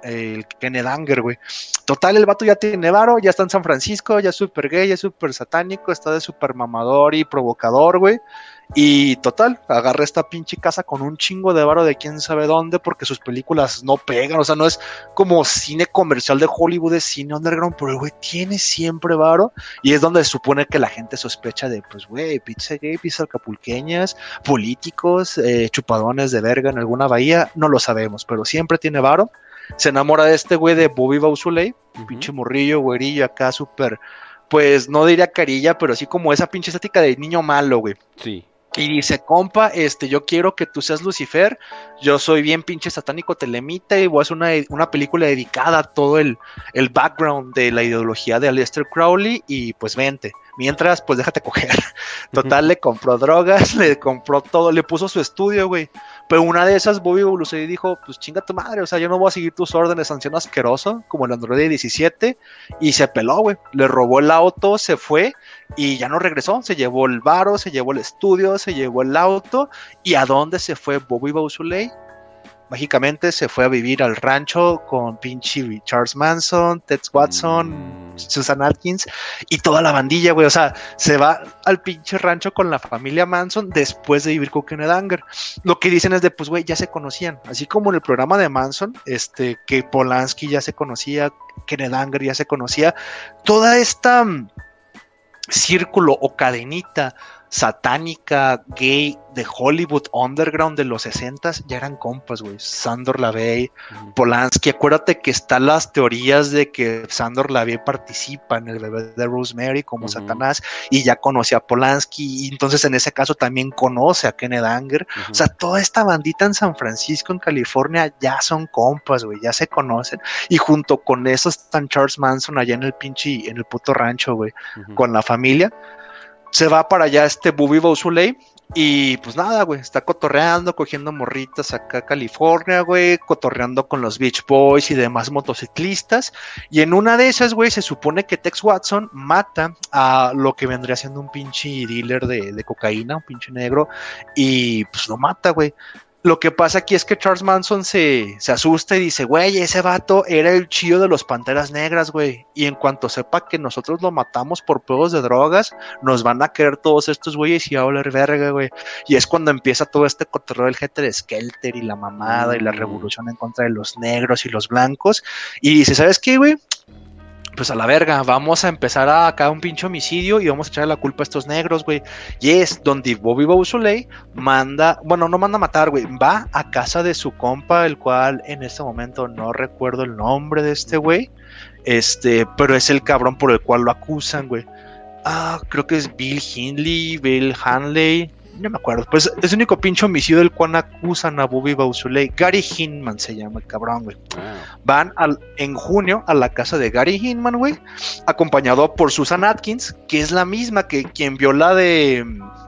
el Kenneth Anger, güey. Total, el vato ya tiene varo, ya está en San Francisco, ya es súper gay, ya es súper satánico, está de súper mamador y provocador, güey. Y total, agarra esta pinche casa con un chingo de varo de quién sabe dónde, porque sus películas no pegan, o sea, no es como cine comercial de Hollywood, es cine underground, pero el güey tiene siempre varo, y es donde se supone que la gente sospecha de, pues, güey, pizza gay, pizza acapulqueñas, políticos, eh, chupadones de verga en alguna bahía, no lo sabemos, pero siempre tiene varo. Se enamora de este güey de Bobby Beausoleil, uh-huh. pinche morrillo, güerillo, acá súper, pues, no diría carilla, pero sí como esa pinche estética de niño malo, güey. Sí. Y dice, compa, este, yo quiero que tú seas Lucifer, yo soy bien pinche satánico telemita y voy a hacer una, una película dedicada a todo el, el background de la ideología de Aleister Crowley y pues vente. Mientras, pues déjate coger. Total, uh-huh. le compró drogas, le compró todo, le puso su estudio, güey. Pero una de esas, Bobby Beausoleil dijo, pues chinga tu madre, o sea, yo no voy a seguir tus órdenes, anciano asqueroso, como el Android diecisiete, y se peló, güey. Le robó el auto, se fue, y ya no regresó. Se llevó el varo, se llevó el estudio, se llevó el auto, y ¿a dónde se fue Bobby Beausoleil? Mágicamente se fue a vivir al rancho con pinche Charles Manson, Ted Watson, mm. Susan Atkins y toda la bandilla, güey. O sea, se va al pinche rancho con la familia Manson después de vivir con Kenneth Anger. Lo que dicen es de, pues, güey, ya se conocían. Así como en el programa de Manson, este, que Polanski ya se conocía, Kenneth Anger ya se conocía. Toda esta um, círculo o cadenita satánica, gay, de Hollywood underground de los sesentas, ya eran compas, güey. Sandor Lavey, uh-huh. Polanski, acuérdate que están las teorías de que Sandor Lavey participa en el bebé de Rosemary como uh-huh. Satanás, y ya conocía a Polanski, y entonces en ese caso también conoce a Kenneth Anger, uh-huh. o sea, toda esta bandita en San Francisco, en California, ya son compas, güey, ya se conocen, y junto con eso están Charles Manson allá en el pinche, en el puto rancho, güey, uh-huh. con la familia. Se va para allá este Bobby Beausoleil y pues nada, güey, está cotorreando, cogiendo morritas acá a California, güey, cotorreando con los Beach Boys y demás motociclistas, y en una de esas, güey, se supone que Tex Watson mata a lo que vendría siendo un pinche dealer de, de cocaína, un pinche negro, y pues lo mata, güey. Lo que pasa aquí es que Charles Manson se, se asusta y dice, güey, ese vato era el chío de los Panteras Negras, güey. Y en cuanto sepa que nosotros lo matamos por pedos de drogas, nos van a querer todos estos güeyes y a oler verga, güey. Y es cuando empieza todo este cotorreo del Helter Skelter y la mamada mm. y la revolución en contra de los negros y los blancos. Y dice, ¿sabes qué, güey? Pues a la verga, vamos a empezar a acá un pinche homicidio y vamos a echarle la culpa a estos negros, güey. Y es donde Bobby Beausoleil manda, bueno, no manda a matar, güey, va a casa de su compa, el cual en este momento no recuerdo el nombre de este güey, este, pero es el cabrón por el cual lo acusan, güey. Ah, creo que es Bill Hindley, Bill Hanley, no me acuerdo, pues es el único pinche homicidio del cual acusan a Bobby Beausoleil. Gary Hinman se llama el cabrón, güey. Wow. Van al, en junio a la casa de Gary Hinman, güey, acompañado por Susan Atkins, que es la misma que quien vio la de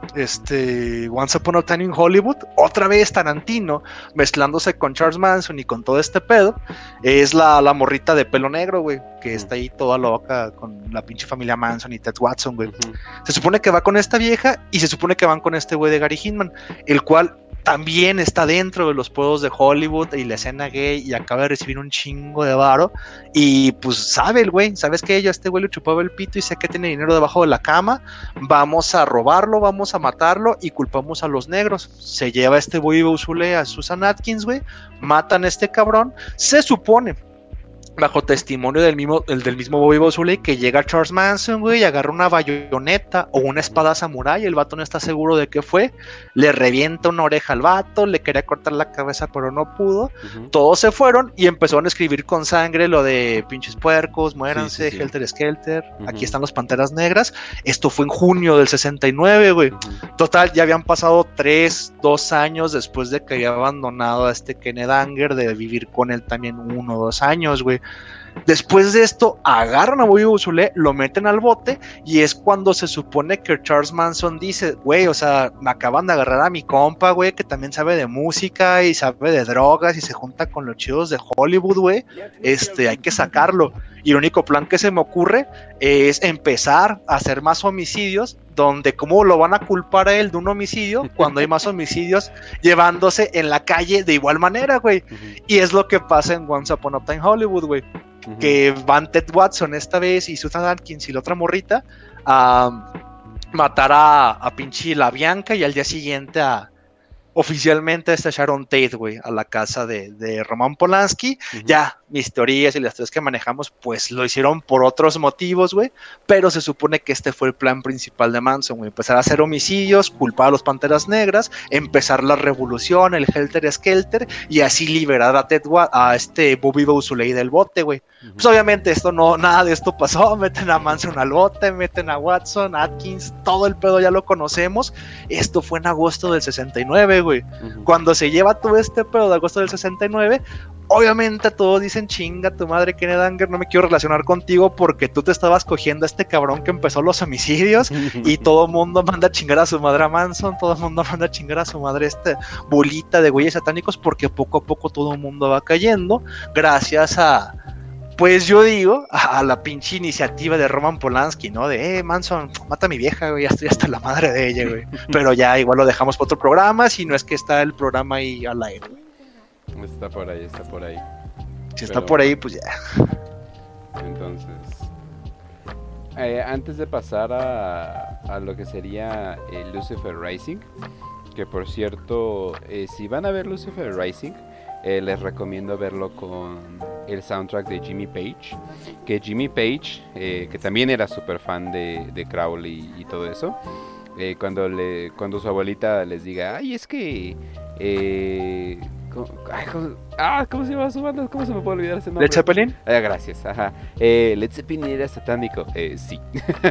este Once Upon a Time in Hollywood, otra vez Tarantino, mezclándose con Charles Manson y con todo este pedo, es la, la morrita de pelo negro, güey, que uh-huh. está ahí toda loca con la pinche familia Manson y Ted Watson, güey. Uh-huh. Se supone que va con esta vieja y se supone que van con este güey de Gary Hinman, el cual también está dentro de los pueblos de Hollywood y la escena gay y acaba de recibir un chingo de varo y pues sabe el güey, sabes que yo a este güey le chupaba el pito y sé que tiene dinero debajo de la cama, vamos a robarlo, vamos a matarlo y culpamos a los negros. Se lleva a este Bobby Beausoleil a Susan Atkins, güey, matan a este cabrón, se supone bajo testimonio del mismo, el del mismo Bobby Beausoleil, que llega Charles Manson, güey, y agarra una bayoneta o una espada samurái, el vato no está seguro de qué fue, le revienta una oreja al vato, le quería cortar la cabeza pero no pudo, uh-huh. todos se fueron y empezaron a escribir con sangre lo de pinches puercos, muéranse, sí, sí, sí. Helter Skelter, uh-huh. aquí están los Panteras Negras. Esto fue en junio del sesenta y nueve, güey. Uh-huh. Total, ya habían pasado tres, dos años después de que había abandonado a este Kenneth Anger, de vivir con él también uno o dos años, güey. Después de esto, agarran a Bobby Beausoleil, lo meten al bote, y es cuando se supone que Charles Manson dice, güey, o sea, me acaban de agarrar a mi compa, güey, que también sabe de música y sabe de drogas y se junta con los chidos de Hollywood, güey, este, hay que sacarlo. Y el único plan que se me ocurre es empezar a hacer más homicidios, donde cómo lo van a culpar a él de un homicidio cuando hay más homicidios llevándose en la calle de igual manera, güey. Uh-huh. Y es lo que pasa en Once Upon a Time Hollywood, güey. Uh-huh. Que van Ted Watson esta vez y Susan Atkins y la otra morrita a matar a, a pinche la Bianca, y al día siguiente a oficialmente a esta Sharon Tate, güey, a la casa de, de Roman Polanski. Uh-huh. Ya, mis teorías y las tres que manejamos, pues lo hicieron por otros motivos, güey, pero se supone que este fue el plan principal de Manson, güey, empezar a hacer homicidios, culpar a los Panteras Negras, empezar la revolución, el Helter Skelter, y así liberar a Ted Wa- a este Bobby Beausoleil del bote, güey. Uh-huh. Pues obviamente esto no, nada de esto pasó, meten a Manson al bote, meten a Watson, Atkins, todo el pedo ya lo conocemos. Esto fue en agosto del sesenta y nueve, güey. Uh-huh. Cuando se lleva todo este pedo de agosto del sesenta y nueve, obviamente todos dicen, chinga tu madre, Kenneth Anger, no me quiero relacionar contigo porque tú te estabas cogiendo a este cabrón que empezó los homicidios. Y todo el mundo manda a chingar a su madre a Manson, todo el mundo manda a chingar a su madre esta bolita de güeyes satánicos, porque poco a poco todo el mundo va cayendo gracias a, pues yo digo, a, a la pinche iniciativa de Roman Polanski, ¿no? De, eh, Manson, mata a mi vieja, güey, ya estoy hasta la madre de ella, güey. Pero ya igual lo dejamos para otro programa, si no es que está el programa ahí al aire. Está por ahí, está por ahí. Si está Pero, por ahí, pues ya. Entonces, eh, antes de pasar a, a lo que sería eh, Lucifer Rising, que por cierto, eh, si van a ver Lucifer Rising, eh, les recomiendo verlo con el soundtrack de Jimmy Page, que Jimmy Page, eh, que también era súper fan de, de Crowley y todo eso, eh, cuando, le, cuando su abuelita les diga, ay, es que... Eh, ¿Cómo, ay, ¿cómo, ah, ¿cómo se llama su banda? ¿Cómo se me puede olvidar ese nombre? ¿Led Zeppelin? Ah, gracias, ajá. Eh, Led Zeppelin era satánico. Eh, sí.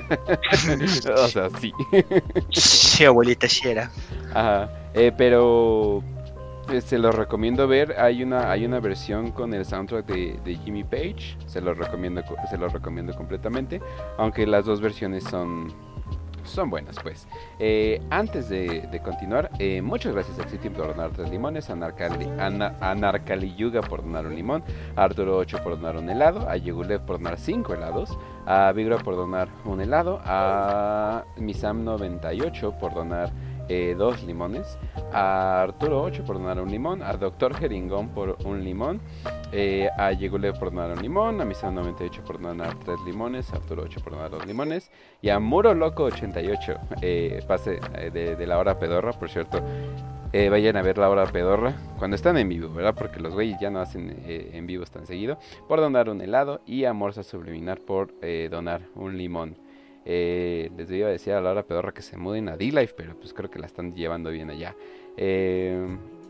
O sea, sí. Sí, abuelita, sí era. Ajá. Eh, pero eh, se los recomiendo ver. Hay una, hay una versión con el soundtrack de, de Jimmy Page. Se los recomiendo, se los recomiendo completamente. Aunque las dos versiones son. Son buenas, pues. Eh, antes de, de continuar, eh, muchas gracias a Exitim por donar tres limones, a Narcali, Ana, a Narcali Yuga por donar un limón, a Arturo ocho por donar un helado, a Yegulev por donar cinco helados, a Vigra por donar un helado, a Misam noventa y ocho por donar eh, dos limones, a Arturo ocho por donar un limón, a Doctor Jeringón por un limón, eh, a Yegulev por donar un limón, a Misam noventa y ocho por donar tres limones, a Arturo ocho por donar dos limones, y a Muro Loco ochenta y ocho, eh, pase eh, de, de la hora pedorra, por cierto. Eh, vayan a ver la hora pedorra cuando están en vivo, ¿verdad? Porque los güeyes ya no hacen eh, en vivos tan seguido. Por donar un helado, y a Morsa Subliminar por eh, donar un limón. Eh, les iba a decir a la hora pedorra que se muden a D-Life, pero pues creo que la están llevando bien allá. Eh,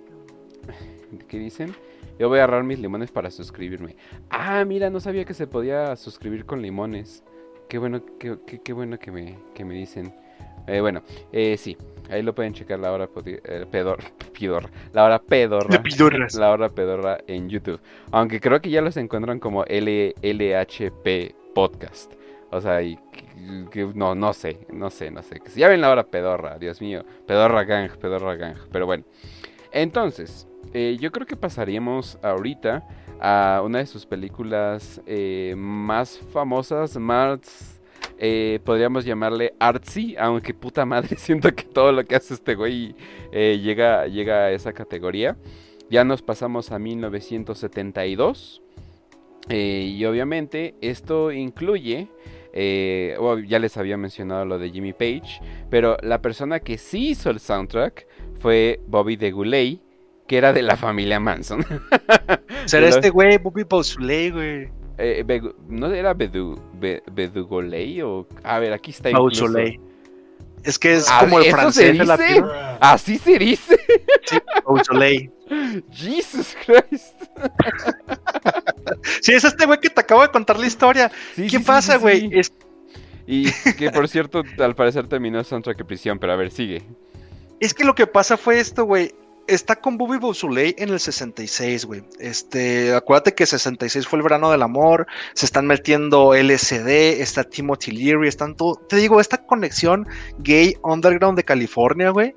¿Qué dicen? Yo voy a agarrar mis limones para suscribirme. Ah, mira, no sabía que se podía suscribir con limones. Qué bueno, qué, qué, qué bueno que me, que me dicen. Eh, bueno, eh, sí, ahí lo pueden checar la hora podi- eh, pedor, pedorra, la hora pedorra, la hora pedorra en YouTube. Aunque creo que ya los encuentran como L H P Podcast. O sea, y, que, que, no, no sé, no sé, no sé. Que se llamen la hora pedorra, Dios mío, pedorra gang, pedorra gang. Pero bueno, entonces, eh, yo creo que pasaríamos ahorita a una de sus películas eh, más famosas, más... Eh, podríamos llamarle artsy, aunque puta madre, siento que todo lo que hace este güey eh, llega, llega a esa categoría. Ya nos pasamos a mil novecientos setenta y dos eh, y obviamente esto incluye, eh, oh, ya les había mencionado lo de Jimmy Page, pero la persona que sí hizo el soundtrack fue Bobby DeGulley, que era de la familia Manson. ¿Será este güey, Bobby Beausoleil, güey? Eh, Begu, ¿No era Bedu, Be, Bedugoley o...? A ver, aquí está Beausoleil. Es que es ah, como el francés de la tierra. ¿Así se dice? Sí, Beausoleil. Jesus Christ. Sí, es este güey que te acabo de contar la historia. Sí, ¿Qué sí, pasa, güey? Sí, sí. Es... Y que, por cierto, al parecer terminó el soundtrack en prisión, pero a ver, sigue. Es que lo que pasa fue esto, güey. está con Bobby Beausoleil en el sesenta y seis, güey. Este, acuérdate que sesenta y seis fue el verano del amor, se están metiendo L S D, está Timothy Leary, están todo, te digo, esta conexión gay underground de California, güey.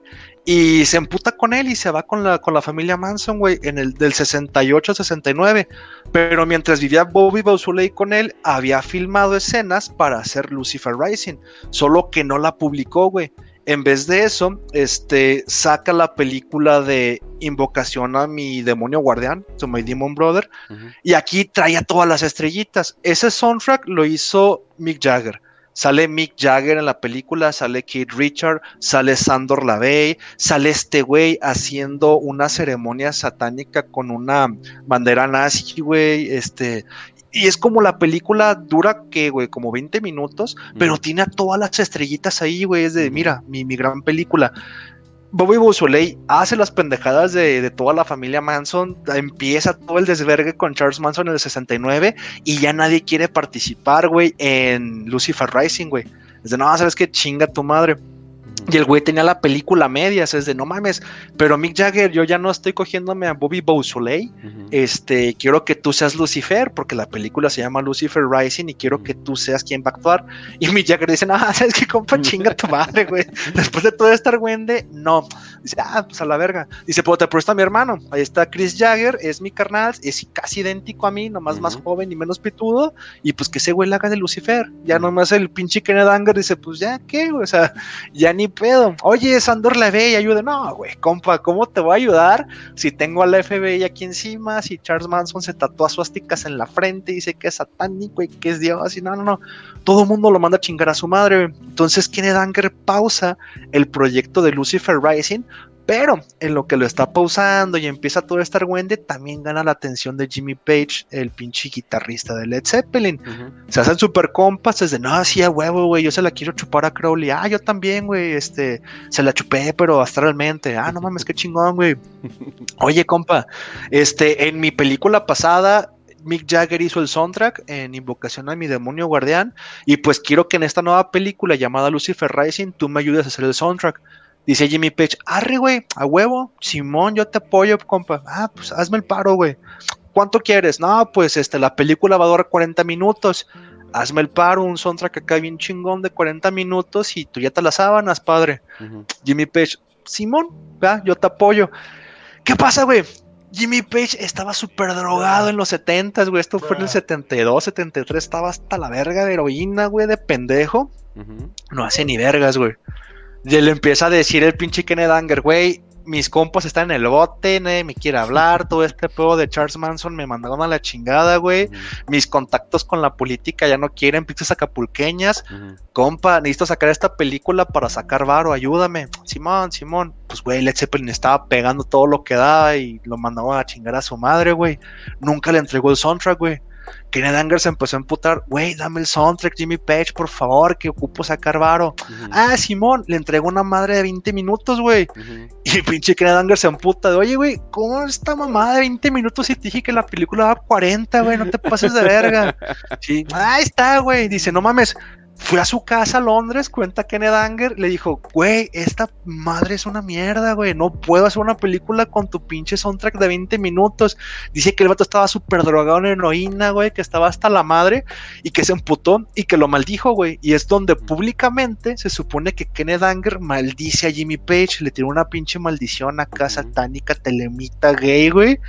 Y se emputa con él y se va con la, con la familia Manson, güey, en el del sesenta y ocho sesenta y nueve. Pero mientras vivía Bobby Beausoleil con él, había filmado escenas para hacer Lucifer Rising, solo que no la publicó, güey. En vez de eso, este, saca la película de Invocación a mi demonio guardián, To My Demon Brother, uh-huh. Y aquí trae a todas las estrellitas. Ese soundtrack lo hizo Mick Jagger. Sale Mick Jagger en la película, sale Keith Richards, sale Sandor LaVey, sale este güey haciendo una ceremonia satánica con una bandera nazi, güey, este... Y es como la película dura, que, güey, como veinte minutos, mm. pero tiene a todas las estrellitas ahí, güey, es de, mira, mi, mi gran película. Bobby Beausoleil hace las pendejadas de, de toda la familia Manson, empieza todo el desvergue con Charles Manson en el sesenta y nueve, y ya nadie quiere participar, güey, en Lucifer Rising, güey. Es de, no, ¿sabes qué? Chinga tu madre. Y el güey tenía la película a medias, es de no mames, pero Mick Jagger, yo ya no estoy cogiéndome a Bobby Beausoleil, uh-huh. este, quiero que tú seas Lucifer, porque la película se llama Lucifer Rising y quiero uh-huh. que tú seas quien va a actuar. Y Mick Jagger dice, ah, ¿sabes qué, compa? Chinga tu madre, güey. Después de todo este argüende, no. Dice, ah, pues a la verga. Dice, pues te presto a mi hermano, ahí está Chris Jagger, es mi carnal, es casi idéntico a mí, nomás uh-huh. más joven y menos pitudo, y pues que ese güey la haga de Lucifer. Ya uh-huh. nomás el pinche Kenneth Anger dice, pues ya, ¿qué, güey? O sea, ya ni pedo. Oye, Sandor LaVey, ayuda. No, güey, compa, ¿cómo te voy a ayudar si tengo al F B I aquí encima? Si Charles Manson se tatúa suásticas en la frente y dice que es satánico y que es Dios. Y no, no, no. Todo el mundo lo manda a chingar a su madre, güey. Entonces Kenneth Anger pausa el proyecto de Lucifer Rising, pero en lo que lo está pausando y empieza todo este argüende, también gana la atención de Jimmy Page, el pinche guitarrista de Led Zeppelin. Uh-huh. Se hacen super compas, es de, no, sí, a huevo, güey, yo se la quiero chupar a Crowley. Ah, yo también, güey, este, se la chupé, pero astralmente. Ah, no mames, qué chingón, güey. Oye, compa, este, en mi película pasada, Mick Jagger hizo el soundtrack en Invocación a mi demonio guardián, y pues quiero que en esta nueva película llamada Lucifer Rising, tú me ayudes a hacer el soundtrack. Dice Jimmy Page, arre, güey, a huevo, Simón, yo te apoyo, compa. Ah, pues hazme el paro, güey. ¿Cuánto quieres? No, pues este, la película va a durar cuarenta minutos. Hazme el paro, un soundtrack acá bien chingón de cuarenta minutos y tú ya te las sábanas, padre. Uh-huh. Jimmy Page, Simón, va, yo te apoyo. ¿Qué pasa, güey? Jimmy Page estaba súper drogado en los setentas, güey. Esto fue en el setenta y dos, setenta y tres. Estaba hasta la verga de heroína, güey, de pendejo. Uh-huh. No hace ni vergas, güey. Y le empieza a decir el pinche Kenneth Anger, güey, mis compas están en el bote, nadie me quiere hablar, todo este pedo de Charles Manson me mandaron a la chingada, güey, uh-huh. mis contactos con la política ya no quieren pizzas acapulqueñas, uh-huh. compa, necesito sacar esta película para sacar varo, ayúdame, Simón, Simón, pues güey, Led Zeppelin estaba pegando todo lo que daba y lo mandaban a chingar a su madre, güey, nunca le entregó el soundtrack, güey. Kenneth Anger se empezó a emputar, güey, dame el soundtrack, Jimmy Page, por favor, que ocupo sacar varo. Uh-huh. Ah, Simón, le entregó una madre de veinte minutos, güey. Uh-huh. Y pinche Kenneth Anger se emputa de, oye, güey, ¿cómo esta mamada de veinte minutos si te dije que la película va a cuarenta, güey? No te pases de verga. Sí, ahí está, güey. Dice, no mames. Fui a su casa a Londres, cuenta Kenneth Anger, le dijo, güey, esta madre es una mierda, güey, no puedo hacer una película con tu pinche soundtrack de veinte minutos. Dice que el vato estaba súper drogado en heroína, güey, que estaba hasta la madre y que se emputó y que lo maldijo, güey. Y es donde públicamente se supone que Kenneth Anger maldice a Jimmy Page, le tiró una pinche maldición acá satánica, telemita gay, güey.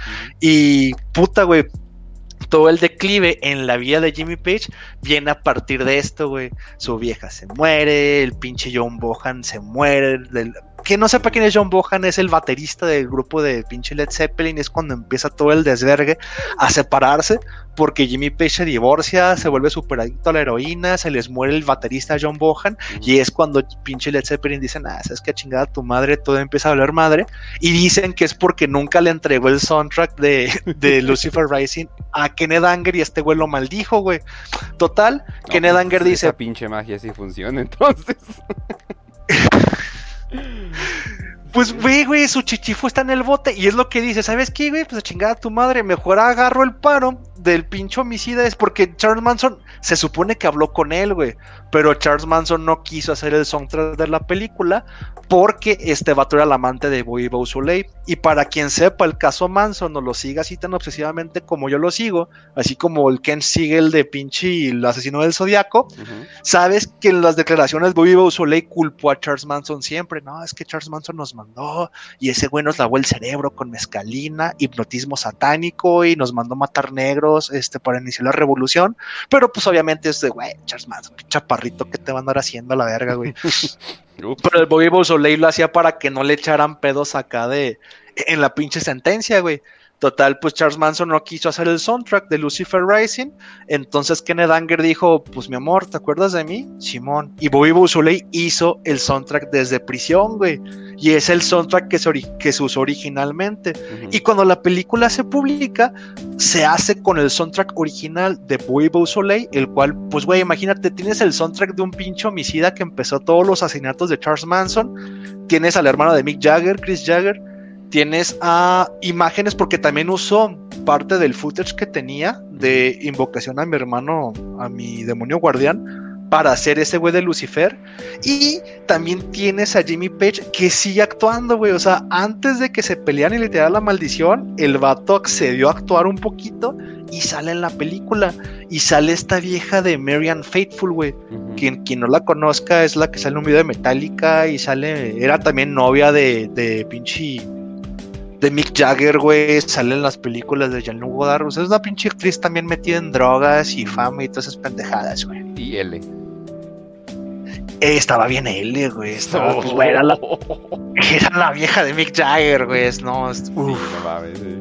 Y puta, güey. Todo el declive en la vida de Jimmy Page viene a partir de esto, güey. Su vieja se muere, el pinche John Bonham se muere. Del... Que no sepa quién es John Bonham, es el baterista del grupo de pinche Led Zeppelin. Es cuando empieza todo el desvergue a separarse, porque Jimmy Page se divorcia, se vuelve súper adicto a la heroína, se les muere el baterista John Bonham, uh-huh. y es cuando pinche Led Zeppelin dicen, ah, sabes que chingada tu madre, todo empieza a hablar madre, y dicen que es porque nunca le entregó el soundtrack de, de Lucifer Rising a Kenneth Anger y este güey lo maldijo, güey. Total, no, Kenneth pues, Anger dice... Esa pinche magia sí funciona, entonces... Pues, güey, güey, su chichifo está en el bote. Y es lo que dice, ¿sabes qué, güey? Pues a chingada tu madre, mejor agarro el paro del pinche homicida es porque Charles Manson se supone que habló con él, güey, pero Charles Manson no quiso hacer el soundtrack de la película porque este vato era el amante de Bobby Beausoleil. Y para quien sepa el caso Manson o lo siga así tan obsesivamente como yo lo sigo, así como el Ken sigue el de pinche el asesino del Zodiaco, uh-huh. Sabes que en las declaraciones Bobby Beausoleil culpó a Charles Manson siempre. No, es que Charles Manson nos mandó y ese güey nos lavó el cerebro con mescalina, hipnotismo satánico y nos mandó matar negros este, para iniciar la revolución. Pero pues obviamente es de, güey, Charles Manson, qué chaparrito que te van a andar haciendo a la verga, güey. Pero el Bobby Beausoleil lo hacía para que no le echaran pedos acá de en la pinche sentencia, güey. Total, pues Charles Manson no quiso hacer el soundtrack de Lucifer Rising. Entonces Kenneth Anger dijo, pues mi amor, ¿te acuerdas de mí? Simón. Y Bobby Beausoleil hizo el soundtrack desde prisión, güey. Y es el soundtrack que se, ori- que se usó originalmente. Uh-huh. Y cuando la película se publica, se hace con el soundtrack original de Bobby Beausoleil, el cual, pues güey, imagínate, tienes el soundtrack de un pinche homicida que empezó todos los asesinatos de Charles Manson. Tienes al hermano de Mick Jagger, Chris Jagger. Tienes a uh, imágenes porque también usó parte del footage que tenía de invocación a mi hermano, a mi demonio guardián, para hacer ese güey de Lucifer. Y también tienes a Jimmy Page que sigue actuando, güey. O sea, antes de que se pelearan y le tirara la maldición, el vato accedió a actuar un poquito y sale en la película. Y sale esta vieja de Marianne Faithfull, güey. Uh-huh. Quien, quien no la conozca es la que sale en un video de Metallica y sale, era también novia de, de pinche... de Mick Jagger, güey, sale en las películas de Jean-Luc Godard. O sea, es una pinche actriz también metida en drogas y fama y todas esas pendejadas, güey. Y L. Eh, estaba bien L, güey. Estaba, oh. pues, güey, era la, era la vieja de Mick Jagger, güey. No, es, sí, no mames, sí.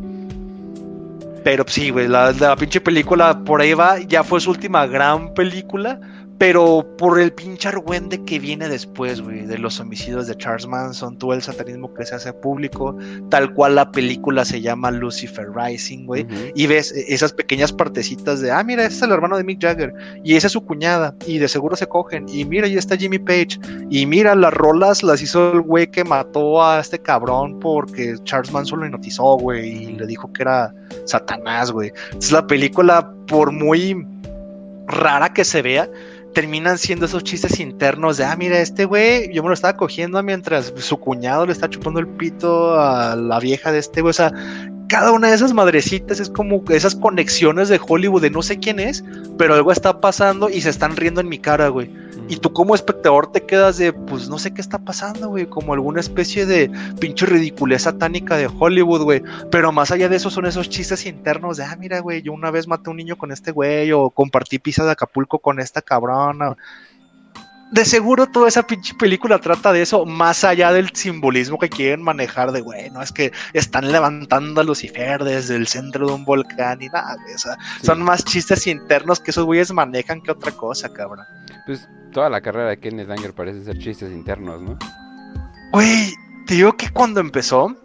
Pero sí, güey, la, la pinche película por ahí va. Ya fue su última gran película. Pero por el pinche argüende que viene después, güey, de los homicidios de Charles Manson, todo el satanismo que se hace público, tal cual la película se llama Lucifer Rising, güey, uh-huh. Y ves esas pequeñas partecitas de, ah, mira, este es el hermano de Mick Jagger, y esa es su cuñada, y de seguro se cogen, y mira, ahí está Jimmy Page, y mira, las rolas las hizo el güey que mató a este cabrón porque Charles Manson lo hipnotizó, güey, y le dijo que era Satanás, güey. Entonces la película, por muy rara que se vea, terminan siendo esos chistes internos de, ah, mira, este güey, yo me lo estaba cogiendo mientras su cuñado le está chupando el pito a la vieja de este güey. O sea, cada una de esas madrecitas es como esas conexiones de Hollywood de no sé quién es, pero algo está pasando y se están riendo en mi cara, güey. Y tú como espectador te quedas de, pues no sé qué está pasando, güey, como alguna especie de pinche ridiculez satánica de Hollywood, güey. Pero más allá de eso son esos chistes internos de, ah, mira, güey, yo una vez maté a un niño con este güey, o compartí pizza de Acapulco con esta cabrona. De seguro toda esa pinche película trata de eso, más allá del simbolismo que quieren manejar de, güey, no es que están levantando a Lucifer desde el centro de un volcán y nada, güey. O sea, sí. Son más chistes internos que esos güeyes manejan que otra cosa, cabrón. Pues toda la carrera de Kenneth Anger parece ser chistes internos, ¿no? Güey, te digo que cuando empezó,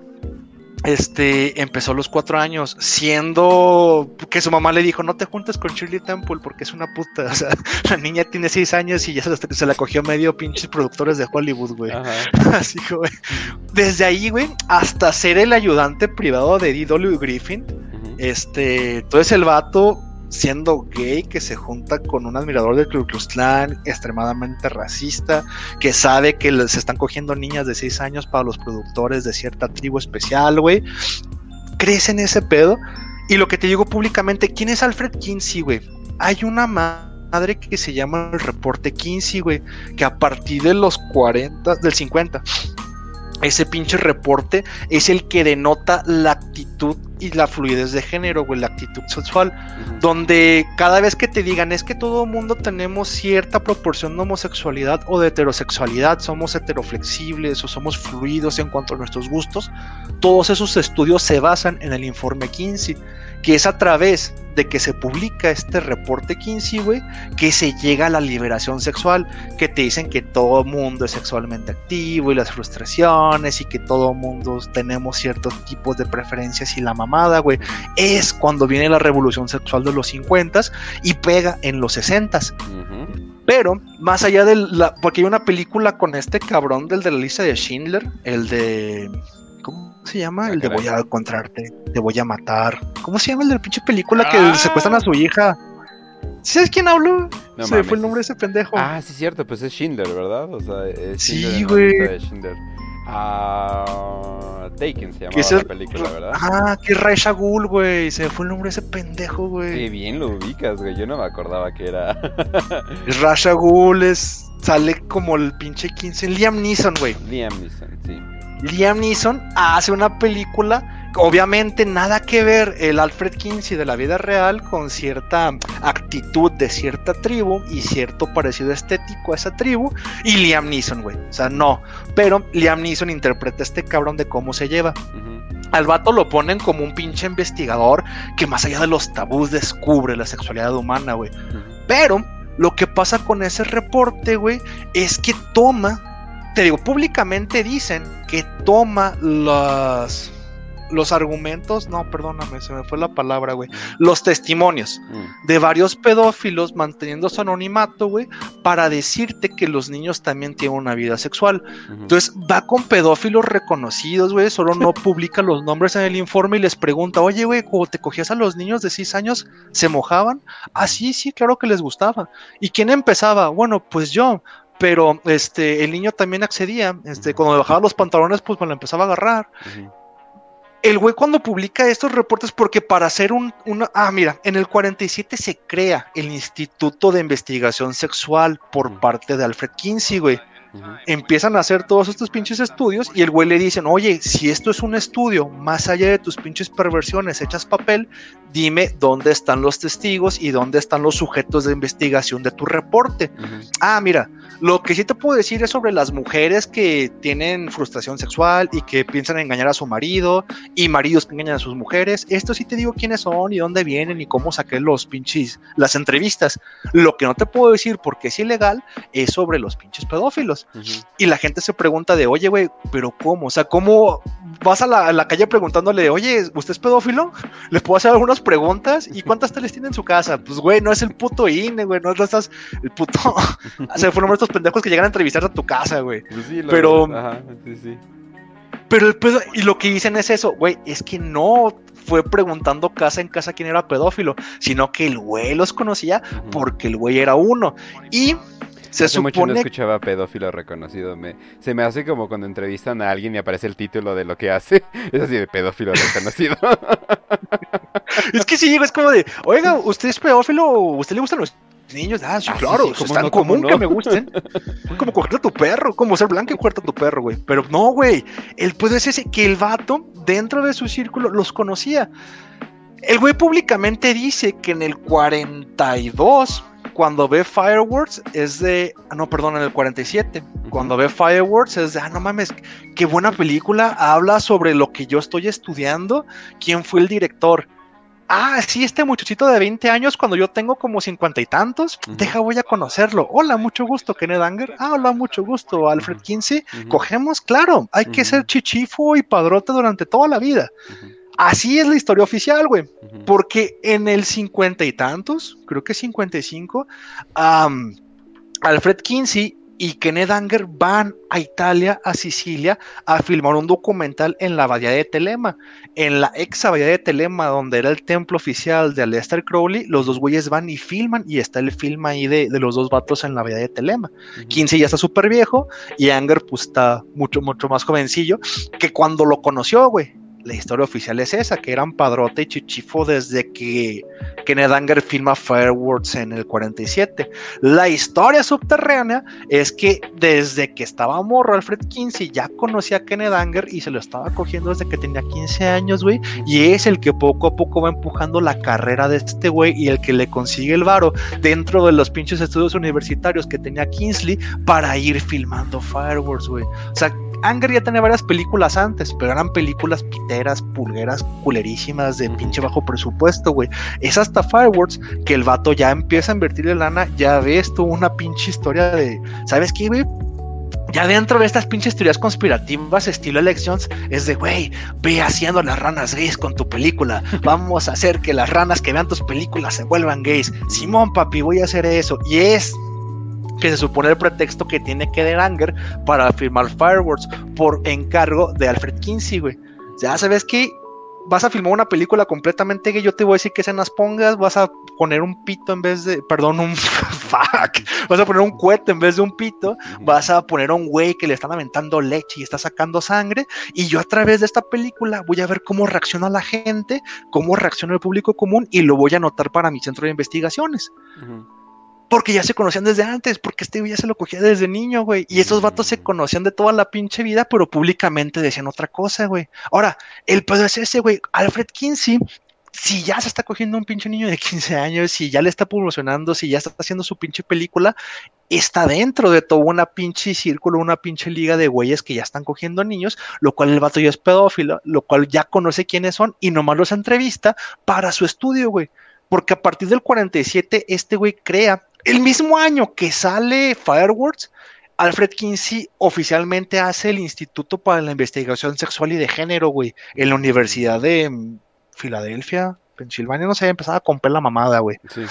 este, empezó a los cuatro años, siendo que su mamá le dijo, no te juntes con Shirley Temple porque es una puta. O sea, la niña tiene seis años y ya se, se la cogió medio pinches productores de Hollywood, güey. Así, güey. Desde ahí, güey, hasta ser el ayudante privado de D W Griffin, uh-huh. Este, todo es el vato siendo gay que se junta con un admirador del Ku Klux Klan, extremadamente racista, que sabe que se están cogiendo niñas de seis años para los productores de cierta tribu especial, güey. Crece en ese pedo. Y lo que te digo públicamente, ¿quién es Alfred Kinsey, güey? Hay una madre que se llama el reporte Kinsey, güey, que a partir de los cuarenta, del cincuenta, ese pinche reporte es el que denota la actitud y la fluidez de género, güey, la actitud sexual, uh-huh. Donde cada vez que te digan es que todo mundo tenemos cierta proporción de homosexualidad o de heterosexualidad, somos heteroflexibles o somos fluidos en cuanto a nuestros gustos, todos esos estudios se basan en el informe Kinsey, que es a través de que se publica este reporte Kinsey, güey, que se llega a la liberación sexual, que te dicen que todo mundo es sexualmente activo y las frustraciones y que todo mundo tenemos ciertos tipos de preferencias y la mamada, güey. Es cuando viene la revolución sexual de los cincuentas y pega en los sesentas. Uh-huh. Pero, más allá de la... porque hay una película con este cabrón del de la lista de Schindler, el de... ¿cómo se se llama? Ah, el de caray. voy a encontrarte, te voy a matar. ¿Cómo se llama el de la pinche película que Ah. secuestran a su hija? ¿Sabes quién hablo? No se me mames, fue el nombre de ese pendejo. Ah, sí, cierto, pues es Schindler, ¿verdad? O sea, es Sí, Schindler en la güey. lista de Schindler. Ah, Taken se Que llamaba es la el- película, ¿verdad? Ah, que es Ra's al Ghul, güey. Se me fue el nombre de ese pendejo, Qué güey. bien lo ubicas, güey. Yo no me acordaba que era. Es Ra's al Ghul, es... sale como el pinche quince. Liam Neeson, güey. Liam Neeson, sí. Liam Neeson hace una película, obviamente nada que ver el Alfred Kinsey de la vida real con cierta actitud de cierta tribu y cierto parecido estético a esa tribu, y Liam Neeson, güey, o sea, no, pero Liam Neeson interpreta a este cabrón de cómo se lleva. Ujú. Al vato lo ponen como un pinche investigador que más allá de los tabús descubre la sexualidad humana, güey. Ujú. Pero lo que pasa con ese reporte, güey, es que toma, te digo, públicamente dicen que toma las, los argumentos, no, perdóname, se me fue la palabra, güey, los testimonios Mm. de varios pedófilos manteniendo su anonimato, güey, para decirte que los niños también tienen una vida sexual. Ujú. Entonces va con pedófilos reconocidos, güey, solo no publica los nombres en el informe y les pregunta, oye, güey, cuando te cogías a los niños de seis años, ¿se mojaban? Ah, sí, sí, claro que les gustaba. ¿Y quién empezaba? Bueno, pues yo. Pero este, el niño también accedía. Este, cuando me bajaba los pantalones, pues me lo empezaba a agarrar. Ujú. El güey cuando publica estos reportes, porque para hacer un, una... Ah, mira, en el cuarenta y siete se crea el Instituto de Investigación Sexual por Ujú. parte de Alfred Kinsey, güey. Ujú. Empiezan a hacer todos estos pinches estudios y el güey le dicen, oye, si esto es un estudio, más allá de tus pinches perversiones hechas papel, dime dónde están los testigos y dónde están los sujetos de investigación de tu reporte. Ujú. Ah, mira, lo que sí te puedo decir es sobre las mujeres que tienen frustración sexual y que piensan engañar a su marido y maridos que engañan a sus mujeres. Esto sí te digo quiénes son y dónde vienen y cómo saqué los pinches, las entrevistas. Lo que no te puedo decir porque es ilegal es sobre los pinches pedófilos. Ujú. Y la gente se pregunta de, oye, güey, ¿pero cómo? O sea, ¿cómo vas a la, a la calle preguntándole, oye, ¿usted es pedófilo? ¿Le puedo hacer algunas preguntas? ¿Y cuántas teles tiene en su casa? Pues, güey, no es el puto I N E, güey, no estás, el puto... O sea, fueron estos pendejos que llegan a entrevistar a tu casa, güey. Pues sí, lo- Pero- Ajá, sí, sí. Pero el pedo, y lo que dicen es eso, güey, es que no fue preguntando casa en casa quién era pedófilo, sino que el güey los conocía Ujú. porque el güey era uno. Y se Hace mucho no supone... escuchaba pedófilo reconocido. Me, se me hace como cuando entrevistan a alguien y aparece el título de lo que hace. Es así de pedófilo reconocido. Es que sí, es como de, oiga, ¿usted es pedófilo o usted le gustan los niños? Ah, sí, Ah, sí, claro, sí, es cómo tan no, cómo común no. que me gusten. Como cogerte a tu perro, como ser blanco y cogerte a tu perro, güey. Pero no, güey, el pedo es ese, que el vato, dentro de su círculo, los conocía. El güey públicamente dice que en el cuarenta y dos, cuando ve Fireworks, es de... Ah, no, perdón, en el cuarenta y siete. Ujú. Cuando ve Fireworks es de, ah, no mames, qué buena película, habla sobre lo que yo estoy estudiando, quién fue el director. Ah, sí, este muchachito de veinte años, cuando yo tengo como cincuenta y tantos, Ujú. deja, voy a conocerlo. Hola, mucho gusto, Kenneth Anger. Ah, hola, mucho gusto, Alfred Ujú. Kinsey. Ujú. Cogemos, claro, hay que Ujú. ser chichifo y padrote durante toda la vida. Ujú. Así es la historia oficial, güey. Ujú. Porque en el cincuenta y tantos, creo que cincuenta y cinco, um, Alfred Kinsey y Kenneth Anger van a Italia, a Sicilia, a filmar un documental en la Abadía de Telema. En la ex Abadía de Telema, donde era el templo oficial de Aleister Crowley, los dos güeyes van y filman, y está el film ahí de, de los dos vatos en la Abadía de Telema. Ujú. Kinsey ya está súper viejo, y Anger pues está mucho, mucho más jovencillo, que cuando lo conoció, güey. La historia oficial es esa, que eran padrote y chichifo desde que Kenneth Anger filma Fireworks en el cuarenta y siete. La historia subterránea es que desde que estaba morro Alfred Kinsey ya conocía a Kenneth Anger y se lo estaba cogiendo desde que tenía quince años, güey, y es el que poco a poco va empujando la carrera de este güey y el que le consigue el varo dentro de los pinches estudios universitarios que tenía Kingsley para ir filmando Fireworks, güey. O sea, Anger ya tenía varias películas antes, pero eran películas piteras, pulgueras, culerísimas, de Ujú. pinche bajo presupuesto, güey. Es hasta Fireworks que el vato ya empieza a invertirle lana, ya ves tú una pinche historia de, ¿sabes qué, güey? Ya dentro de estas pinches teorías conspirativas estilo Elections es de, güey, ve haciendo las ranas gays con tu película, vamos a hacer que las ranas que vean tus películas se vuelvan gays. Simón, papi, voy a hacer eso. Y es que se supone el pretexto que tiene Kenneth Anger para firmar Fireworks por encargo de Alfred Kinsey, güey. Ya sabes que vas a filmar una película completamente gay, yo te voy a decir qué escenas pongas, vas a poner un pito en vez de, perdón, un fuck, vas a poner un cohete en vez de un pito, uh-huh. Vas a poner a un güey que le están aventando leche y está sacando sangre, y yo a través de esta película voy a ver cómo reacciona la gente, cómo reacciona el público común, y lo voy a anotar para mi centro de investigaciones. Uh-huh. Porque ya se conocían desde antes, porque este güey ya se lo cogía desde niño, güey. Y esos vatos se conocían de toda la pinche vida, pero públicamente decían otra cosa, güey. Ahora, el pedo es ese, güey. Alfred Kinsey, si ya se está cogiendo un pinche niño de quince años, si ya le está promocionando, si ya está haciendo su pinche película, está dentro de todo una pinche círculo, una pinche liga de güeyes que ya están cogiendo niños, lo cual el vato ya es pedófilo, lo cual ya conoce quiénes son y nomás los entrevista para su estudio, güey. Porque a partir del cuarenta y siete, este güey crea, el mismo año que sale Fireworks, Alfred Kinsey oficialmente hace el Instituto para la Investigación Sexual y de Género, güey, en la Universidad de um, Filadelfia, Pensilvania, no sé, empezaba a comprar la mamada, güey. Sí.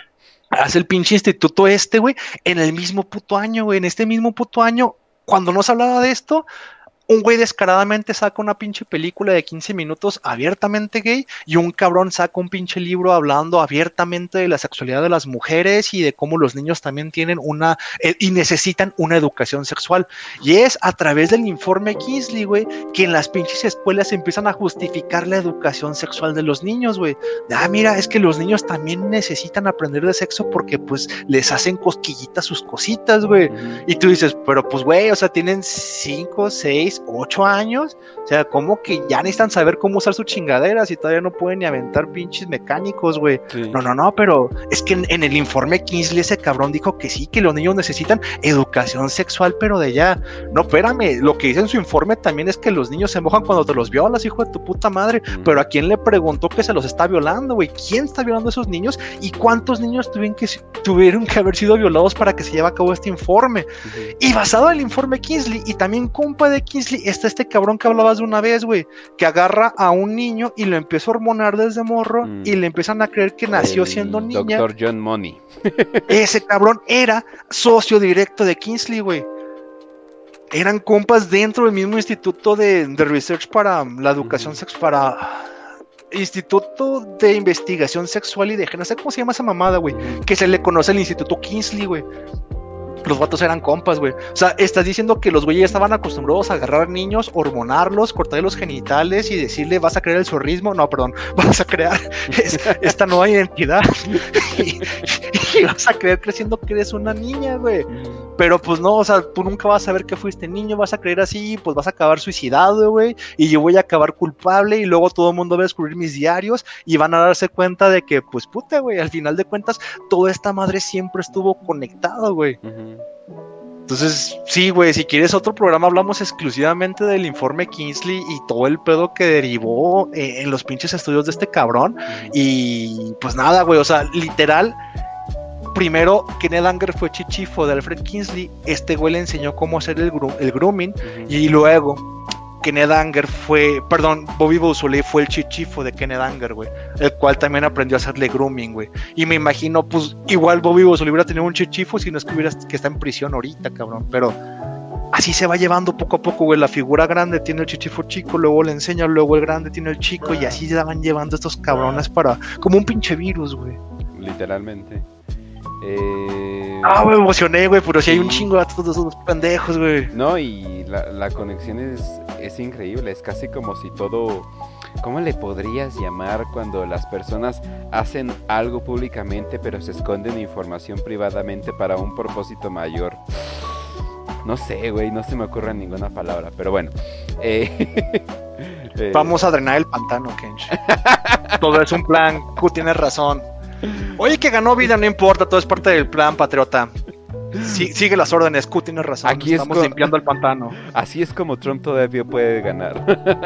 Hace el pinche instituto este, güey, en el mismo puto año, güey, en este mismo puto año, cuando no se hablaba de esto, un güey descaradamente saca una pinche película de quince minutos abiertamente gay y un cabrón saca un pinche libro hablando abiertamente de la sexualidad de las mujeres y de cómo los niños también tienen una eh, y necesitan una educación sexual. Y es a través del informe Kinsey, güey, que en las pinches escuelas empiezan a justificar la educación sexual de los niños, güey. Ah, mira, es que los niños también necesitan aprender de sexo porque pues les hacen cosquillitas sus cositas, güey. Uh-huh. Y tú dices, pero pues güey, o sea, tienen cinco, seis, ocho años, o sea, como que ya necesitan saber cómo usar sus chingaderas y todavía no pueden ni aventar pinches mecánicos, güey. Sí. No, no, no, pero es que en, en el informe Kinsey ese cabrón dijo que sí, que los niños necesitan educación sexual, pero de ya. No, espérame, lo que dice en su informe también es que los niños se mojan cuando te los violas, hijo de tu puta madre, mm. pero ¿a quién le preguntó que se los está violando, güey? ¿Quién está violando a esos niños? ¿Y cuántos niños tuvieron que, tuvieron que haber sido violados para que se lleve a cabo este informe? Mm-hmm. Y basado en el informe Kinsey, y también compa de Kinsey, está este cabrón que hablabas de una vez, güey, que agarra a un niño y lo empieza a hormonar desde morro mm. y le empiezan a creer que nació el siendo niña. doctor John Money. Ese cabrón era socio directo de Kinsey, güey. Eran compas dentro del mismo instituto de, de research para la educación mm. sexual, para Instituto de Investigación Sexual y de Género, no sé cómo se llama esa mamada, güey, mm. que se le conoce al Instituto Kinsey, güey. Los vatos eran compas, güey. O sea, estás diciendo que los güeyes estaban acostumbrados a agarrar niños, hormonarlos, cortarle los genitales y decirle, vas a crear el zorrismo. No, perdón, vas a crear es, esta nueva identidad. y, y vas a creer creciendo que eres una niña, güey. Pero pues no, o sea, tú nunca vas a saber que fuiste niño, vas a creer así, pues vas a acabar suicidado, güey. Y yo voy a acabar culpable y luego todo el mundo va a descubrir mis diarios y van a darse cuenta de que, pues puta, güey, al final de cuentas, toda esta madre siempre estuvo conectada, güey. Uh-huh. Entonces, sí, güey, si quieres otro programa hablamos exclusivamente del informe Kinsey y todo el pedo que derivó eh, en los pinches estudios de este cabrón. Uh-huh. Y pues nada, güey, o sea, literal, primero Kenneth Anger fue chichifo de Alfred Kinsey, este güey le enseñó cómo hacer el, gru- el grooming, uh-huh. y luego Kenneth Anger fue, perdón, Bobby Beausoleil fue el chichifo de Kenneth Anger, güey, el cual también aprendió a hacerle grooming, güey. Y me imagino, pues, igual Bobby Beausoleil hubiera tenido un chichifo si no es que hubiera, que está en prisión ahorita, cabrón, pero así se va llevando poco a poco, güey. La figura grande tiene el chichifo chico, luego le enseña, luego el grande tiene el chico, y así se van llevando estos cabrones para, como un pinche virus, güey. Literalmente. Eh... Ah, me emocioné, güey, pero si sí hay un chingo de todos esos pendejos, güey. No, y la, la conexión es, es increíble, es casi como si todo... ¿Cómo le podrías llamar cuando las personas hacen algo públicamente pero se esconden información privadamente para un propósito mayor? No sé, güey, no se me ocurre ninguna palabra, pero bueno. Eh... eh... Vamos a drenar el pantano, Kench. Todo es un plan, Q tienes razón. Oye, que ganó vida, no importa, todo es parte del plan, patriota. Sí, sigue las órdenes, Q, tienes razón. Aquí estamos con... limpiando el pantano. Así es como Trump todavía puede ganar.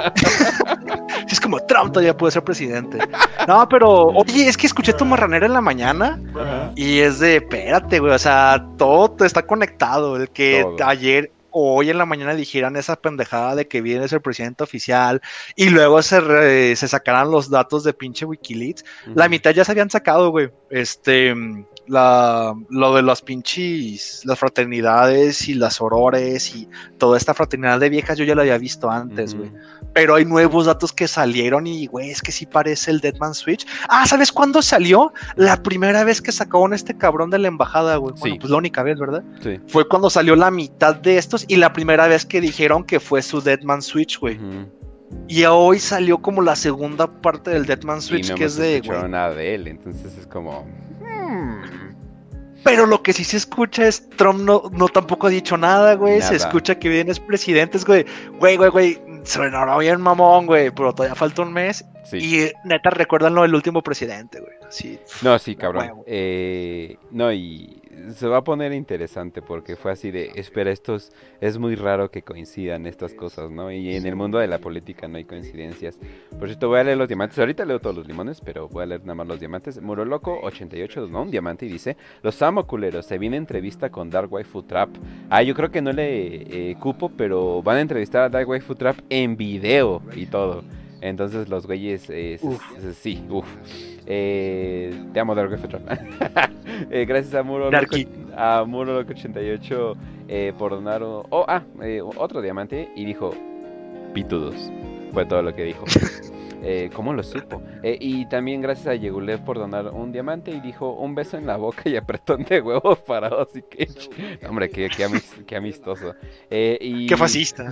Así es como Trump todavía puede ser presidente. No, pero, oye, es que escuché tu marranera en la mañana. Uh-huh. Y es de, espérate, güey, o sea, todo está conectado. El que todo. Ayer o hoy en la mañana dijeran esa pendejada de que viene el presidente oficial y luego se, re, se sacarán los datos de pinche Wikileaks. Uh-huh. La mitad ya se habían sacado, güey. Este... la, lo de las pinches, las fraternidades y las sorores y toda esta fraternidad de viejas yo ya lo había visto antes, güey. Uh-huh. Pero hay nuevos datos que salieron y, güey, es que sí parece el Deadman Switch. Ah, ¿sabes cuándo salió? La primera vez que sacaron este cabrón de la embajada, güey. Bueno, sí. Pues la única vez, ¿verdad? Sí. Fue cuando salió la mitad de estos y la primera vez que dijeron que fue su Deadman Switch, güey. Uh-huh. Y hoy salió como la segunda parte del Deadman Switch, y no que es de... No escucharon nada de él, entonces es como... Hmm. Pero lo que sí se escucha es Trump no, no tampoco ha dicho nada, güey. Se escucha que vienes presidentes, güey. Güey, güey, güey. Sonó bien mamón, güey. Pero todavía falta un mes. Sí. Y neta, recuérdanlo el último presidente, güey. Así. No, sí, cabrón. Eh, no, y se va a poner interesante porque fue así de, espera, estos es muy raro que coincidan estas cosas, ¿no? Y en el mundo de la política no hay coincidencias. Por cierto, voy a leer los diamantes. Ahorita leo todos los limones, pero voy a leer nada más los diamantes. Muroloco ochenta y ocho, ¿no? Un diamante y dice, los amo, culeros. Se viene entrevista con Dark Waifu Trap. Ah, yo creo que no le eh, cupo, pero van a entrevistar a Dark Waifu Trap en video y todo. Entonces los güeyes, eh, uf. sí, uff. Eh, te amo, Dark Waifu Trap. eh, gracias a Muroloco, a Muroloco ochenta y ocho eh, por donar un, oh, ah, eh, otro diamante y dijo, pitudos. Fue todo lo que dijo. Eh, ¿Cómo lo supo? Eh, y también gracias a Yegulev por donar un diamante y dijo un beso en la boca y apretón de huevos para Ozzy Cage. Hombre, qué, qué, amist qué amistoso. Eh, y... Qué fascista.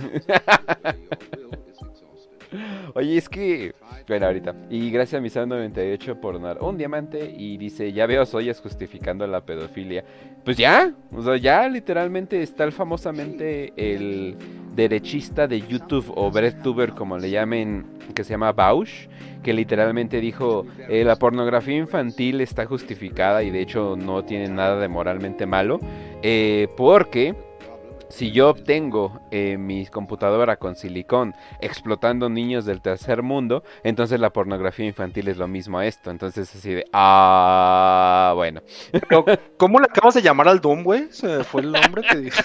Oye, es que... Bueno, ahorita. Y gracias a Misao noventa y ocho por donar un diamante y dice, ya veo Soyas justificando la pedofilia. Pues ya, o sea, ya literalmente está el famosamente el derechista de YouTube o BreadTuber, como le llamen, que se llama Bausch, que literalmente dijo, eh, la pornografía infantil está justificada y de hecho no tiene nada de moralmente malo, eh, porque... si yo obtengo eh, mi computadora con silicón explotando niños del tercer mundo, entonces la pornografía infantil es lo mismo a esto. Entonces así de, ah, bueno. Pero, ¿cómo le acabas de llamar al Doom, güey? Se fue el nombre que dije.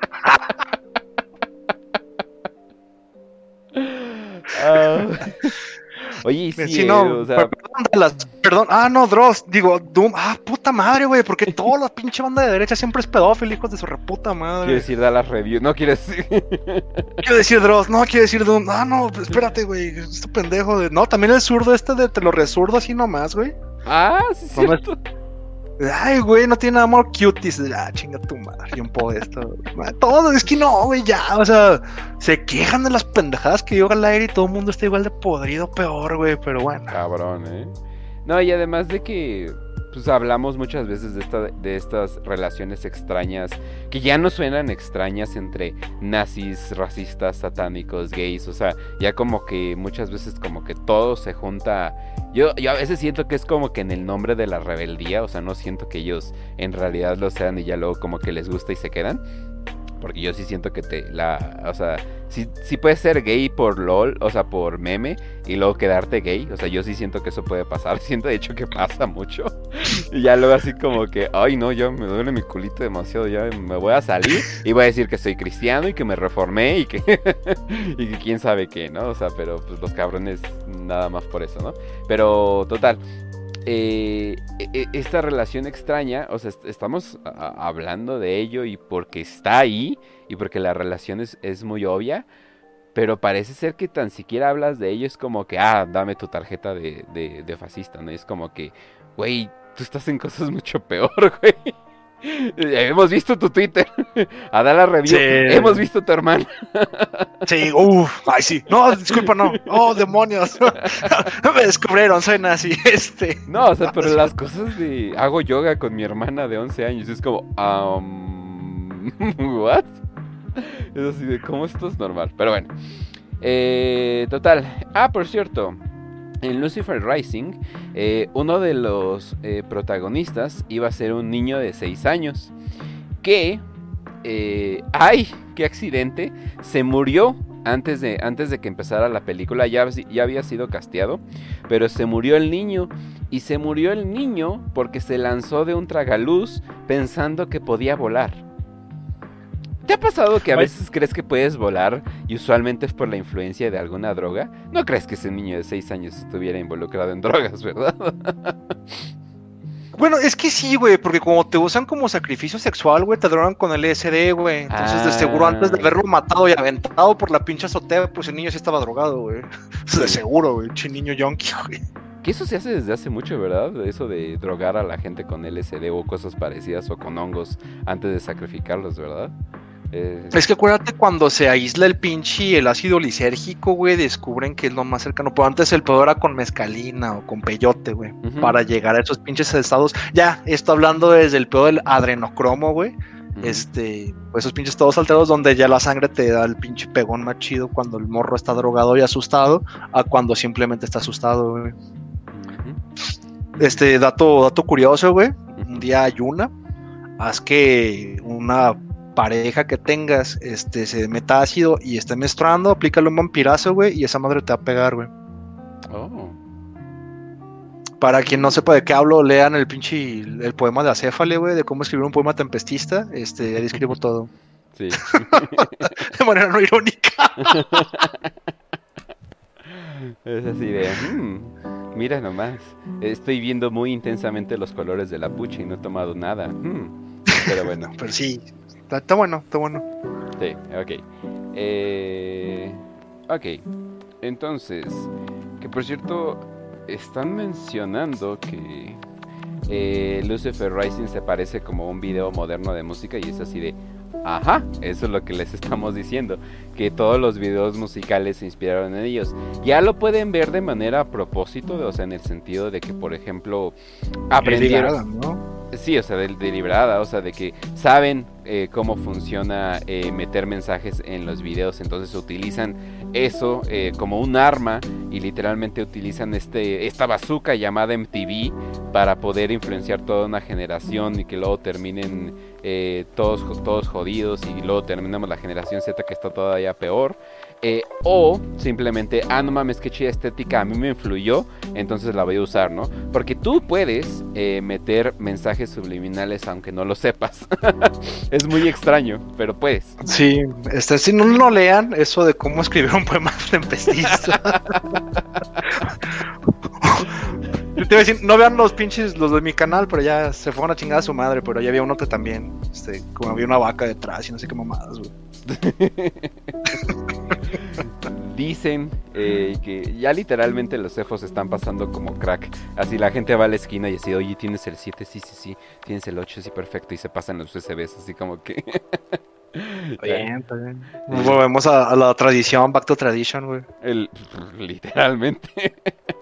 uh... Oye, sí, sí, no, eh, o sea... perdón, las, perdón, ah, no, Dross, digo, Doom, ah, puta madre, güey, porque toda la pinche banda de derecha siempre es pedófilo, hijos de su reputa madre. Quiero decir, da las reviews, no quiero decir... Quiero decir Dross, no, quiero decir Doom, ah, no, espérate, güey, este pendejo de... No, también el zurdo este de te lo resurdo así nomás, güey. Ah, sí, sí. No, ay, güey, no tiene nada más cuties. Ah, chinga tu madre, yo puedo esto. Todo, es que no, güey, ya, o sea, se quejan de las pendejadas que dio al aire y todo el mundo está igual de podrido, peor, güey, pero bueno. Cabrón, eh. No, y además de que, pues hablamos muchas veces de, esta, de estas relaciones extrañas, que ya no suenan extrañas entre nazis, racistas, satánicos, gays, o sea, ya como que muchas veces como que todo se junta. Yo, yo a veces siento que es como que en el nombre de la rebeldía, o sea, no siento que ellos en realidad lo sean y ya luego como que les gusta y se quedan. Porque yo sí siento que te, la, o sea, sí, sí puedes ser gay por LOL, o sea, por meme, y luego quedarte gay, o sea, yo sí siento que eso puede pasar, siento de hecho que pasa mucho, y ya luego así como que, ay no, ya me duele mi culito demasiado, ya me voy a salir, y voy a decir que soy cristiano, y que me reformé, y que, y que quién sabe qué, ¿no? O sea, pero pues los cabrones, nada más por eso, ¿no? Pero, total... Eh, esta relación extraña, o sea, est estamos a hablando de ello y porque está ahí y porque la relación es, es muy obvia, pero parece ser que tan siquiera hablas de ello, es como que, ah, dame tu tarjeta de, de, de fascista, ¿no? Es como que, güey, tú estás en cosas mucho peor, güey. Hemos visto tu Twitter. A dar la review. Sí. Hemos visto tu hermana. Sí, uff, ay sí. No, disculpa, no. Oh, demonios. Me descubrieron, soy nazi. Este. No, o sea, pero las cosas de hago yoga con mi hermana de once años. Es como, um, ¿what? Es así de, ¿cómo esto es normal? Pero bueno. Eh, total. Ah, por cierto. En Lucifer Rising, eh, uno de los eh, protagonistas iba a ser un niño de seis años que, eh, ¡ay! ¡Qué accidente! Se murió antes de, antes de que empezara la película, ya, ya había sido casteado, pero se murió el niño, y se murió el niño porque se lanzó de un tragaluz pensando que podía volar. ¿Te ha pasado que a veces crees que puedes volar y usualmente es por la influencia de alguna droga? No crees que ese niño de seis años estuviera involucrado en drogas, ¿verdad? Bueno, es que sí, güey, porque como te usan como sacrificio sexual, güey, te drogan con L S D, güey. Entonces, ah. de seguro, antes de haberlo matado y aventado por la pinche azotea, pues el niño sí estaba drogado, güey. Sí. De seguro, güey, pinche niño yonki, güey. Que eso se hace desde hace mucho, ¿verdad? Eso de drogar a la gente con L S D o cosas parecidas o con hongos antes de sacrificarlos, ¿verdad? Eh... Es que acuérdate cuando se aísla el pinche el ácido lisérgico, güey, descubren que es lo más cercano. Pero antes el pedo era con mezcalina o con peyote, güey, uh-huh. para llegar a esos pinches estados. Ya, esto hablando desde el pedo del adrenocromo, güey. Uh-huh. Este, pues esos pinches estados alterados donde ya la sangre te da el pinche pegón más chido cuando el morro está drogado y asustado, a cuando simplemente está asustado, güey. Uh-huh. Este, dato, dato curioso, güey. Uh-huh. Un día ayuna, haz que una pareja que tengas, este, se meta ácido y esté menstruando, aplícale un vampirazo, güey, y esa madre te va a pegar, güey. Oh. Para quien no sepa de qué hablo, lean el pinche, el poema de Acéfale, güey, de cómo escribir un poema tempestista, este, ahí escribo todo. Sí. De manera no irónica. Es así de, mmm, mira nomás, estoy viendo muy intensamente los colores de la pucha y no he tomado nada. Mm. Pero bueno. Pero sí. Está, está bueno, está bueno. Sí, ok. Eh, ok. Entonces, que por cierto, están mencionando que eh, Lucifer Rising se parece como un video moderno de música y es así de... Ajá, eso es lo que les estamos diciendo, que todos los videos musicales se inspiraron en ellos. Ya lo pueden ver de manera a propósito, o sea, en el sentido de que, por ejemplo, aprendieron... ¿no? Sí, o sea, de, deliberada, o sea, de que saben eh, cómo funciona eh, meter mensajes en los videos, entonces utilizan eso eh, como un arma y literalmente utilizan este esta bazooka llamada M T V para poder influenciar toda una generación y que luego terminen eh, todos, todos jodidos y luego terminamos la generación Z que está todavía peor. Eh, o simplemente, ah, no mames, qué chida estética, a mí me influyó, entonces la voy a usar, ¿no? Porque tú puedes eh, meter mensajes subliminales aunque no lo sepas. Es muy extraño, pero puedes. Sí, este, si no lo lean, eso de cómo escribir un poema tempestista. Te iba a decir, no vean los pinches, los de mi canal, pero ya se fueron a chingar a su madre, pero ya había uno que también, este, como había una vaca detrás y no sé qué mamadas, güey. Dicen eh, que ya literalmente los cefos están pasando como crack. Así la gente va a la esquina y así, oye, ¿tienes el siete? Sí, sí, sí. ¿Tienes el ocho? Sí, perfecto. Y se pasan los U S Bs así como que... Está bien, está bien. Nos volvemos a, a la tradición, back to tradition, güey. El, literalmente.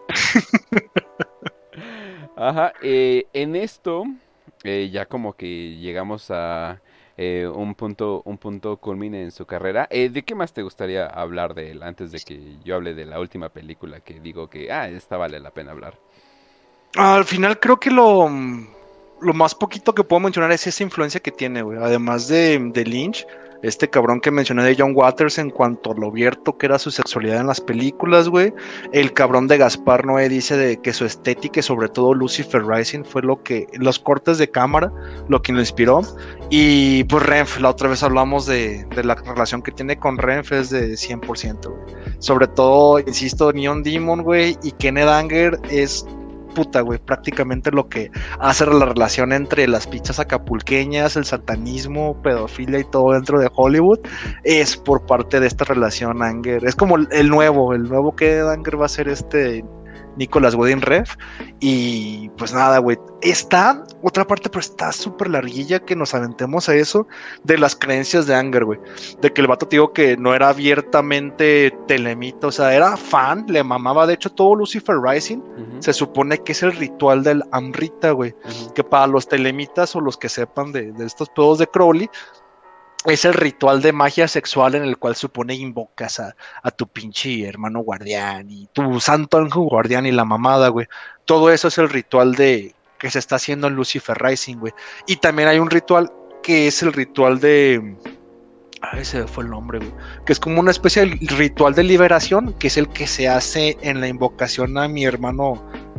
Ajá, eh, en esto eh, ya como que llegamos a... Eh, un punto un punto culmine en su carrera. Eh, ¿De qué más te gustaría hablar de él antes de que yo hable de la última película que digo que, ah, esta vale la pena hablar? Al final creo que lo, lo más poquito que puedo mencionar es esa influencia que tiene, güey. Además de, de Lynch, este cabrón que mencioné de John Waters en cuanto a lo abierto que era su sexualidad en las películas, güey. El cabrón de Gaspar Noé dice de que su estética y sobre todo Lucifer Rising fue lo que, los cortes de cámara, lo que lo inspiró. Y pues Renf, la otra vez hablamos de, de la relación que tiene con Renf, es de cien por ciento, güey. Sobre todo, insisto, Neon Demon, güey, y Kenneth Anger es... puta, güey, prácticamente lo que hace la relación entre las pizzas acapulqueñas, el satanismo, pedofilia y todo dentro de Hollywood, es por parte de esta relación Anger. Es como el nuevo, el nuevo que Anger va a ser este Nicolas Winding Refn. Y pues nada, güey, está otra parte, pero está súper larguilla que nos aventemos a eso de las creencias de Anger, güey, de que el vato te digo que no era abiertamente telemita, o sea, era fan, le mamaba, de hecho todo Lucifer Rising uh-huh. se supone que es el ritual del Amrita, güey, uh-huh. que para los telemitas o los que sepan de, de estos pedos de Crowley, es el ritual de magia sexual en el cual supone invocas a, a tu pinche hermano guardián y tu santo ángel guardián y la mamada, güey. Todo eso es el ritual de que se está haciendo en Lucifer Rising, güey. Y también hay un ritual que es el ritual de... Ay, ese fue el nombre, güey. Que es como una especie de ritual de liberación, que es el que se hace en la invocación a mi hermano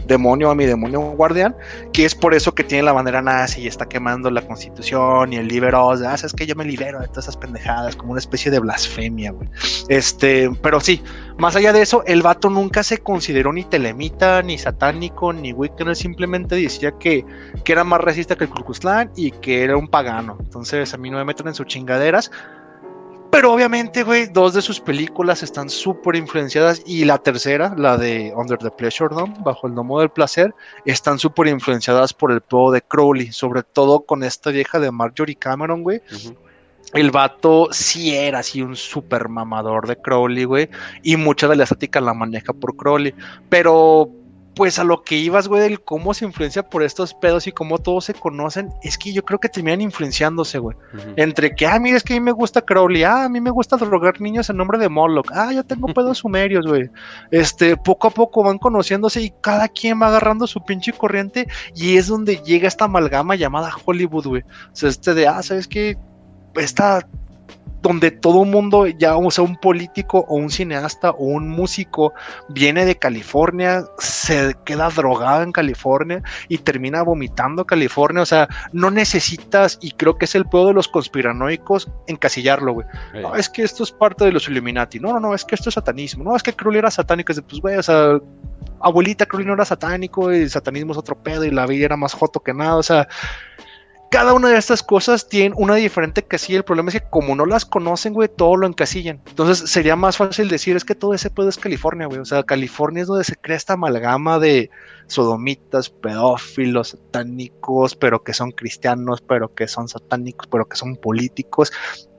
demonio, a mi demonio guardián, que es por eso que tiene la bandera nazi y está quemando la Constitución y el libero, ah, es que yo me libero de todas esas pendejadas, como una especie de blasfemia, güey. Este, pero sí, más allá de eso, el vato nunca se consideró ni telemita, ni satánico, ni wiccan, simplemente decía que, que era más racista que el Ku Klux Klan y que era un pagano. Entonces a mí no me metan en sus chingaderas. Pero obviamente, güey, dos de sus películas están súper influenciadas y la tercera, la de Under the Pleasure Dome, Bajo el Domo del Placer, están súper influenciadas por el pedo de Crowley, sobre todo con esta vieja de Marjorie Cameron, güey. Uh-huh. El vato sí era así un súper mamador de Crowley, güey, y mucha de la estética la maneja por Crowley, pero pues a lo que ibas, güey, del cómo se influencia por estos pedos y cómo todos se conocen, es que yo creo que terminan influenciándose, güey. Uh-huh. Entre que, ah, mira, es que a mí me gusta Crowley, ah, a mí me gusta drogar niños en nombre de Moloch, ah, yo tengo pedos sumerios, güey. Este, poco a poco van conociéndose y cada quien va agarrando su pinche corriente y es donde llega esta amalgama llamada Hollywood, güey. O sea, este de, ah, ¿sabes qué? Esta... donde todo mundo, ya o sea, un político o un cineasta o un músico viene de California, se queda drogado en California y termina vomitando California, o sea, no necesitas, y creo que es el peor de los conspiranoicos, encasillarlo, güey. Hey. No, es que esto es parte de los Illuminati, no, no, no, es que esto es satanismo, no, es que Crowley era satánico, es de, pues, güey, o sea, abuelita, Crowley no era satánico, y el satanismo es otro pedo, y la vida era más joto que nada, o sea, cada una de estas cosas tiene una diferente casilla. El problema es que como no las conocen, güey, todo lo encasillan. Entonces sería más fácil decir, es que todo ese pedo es California, güey. O sea, California es donde se crea esta amalgama de sodomitas, pedófilos, satánicos, pero que son cristianos, pero que son satánicos, pero que son políticos.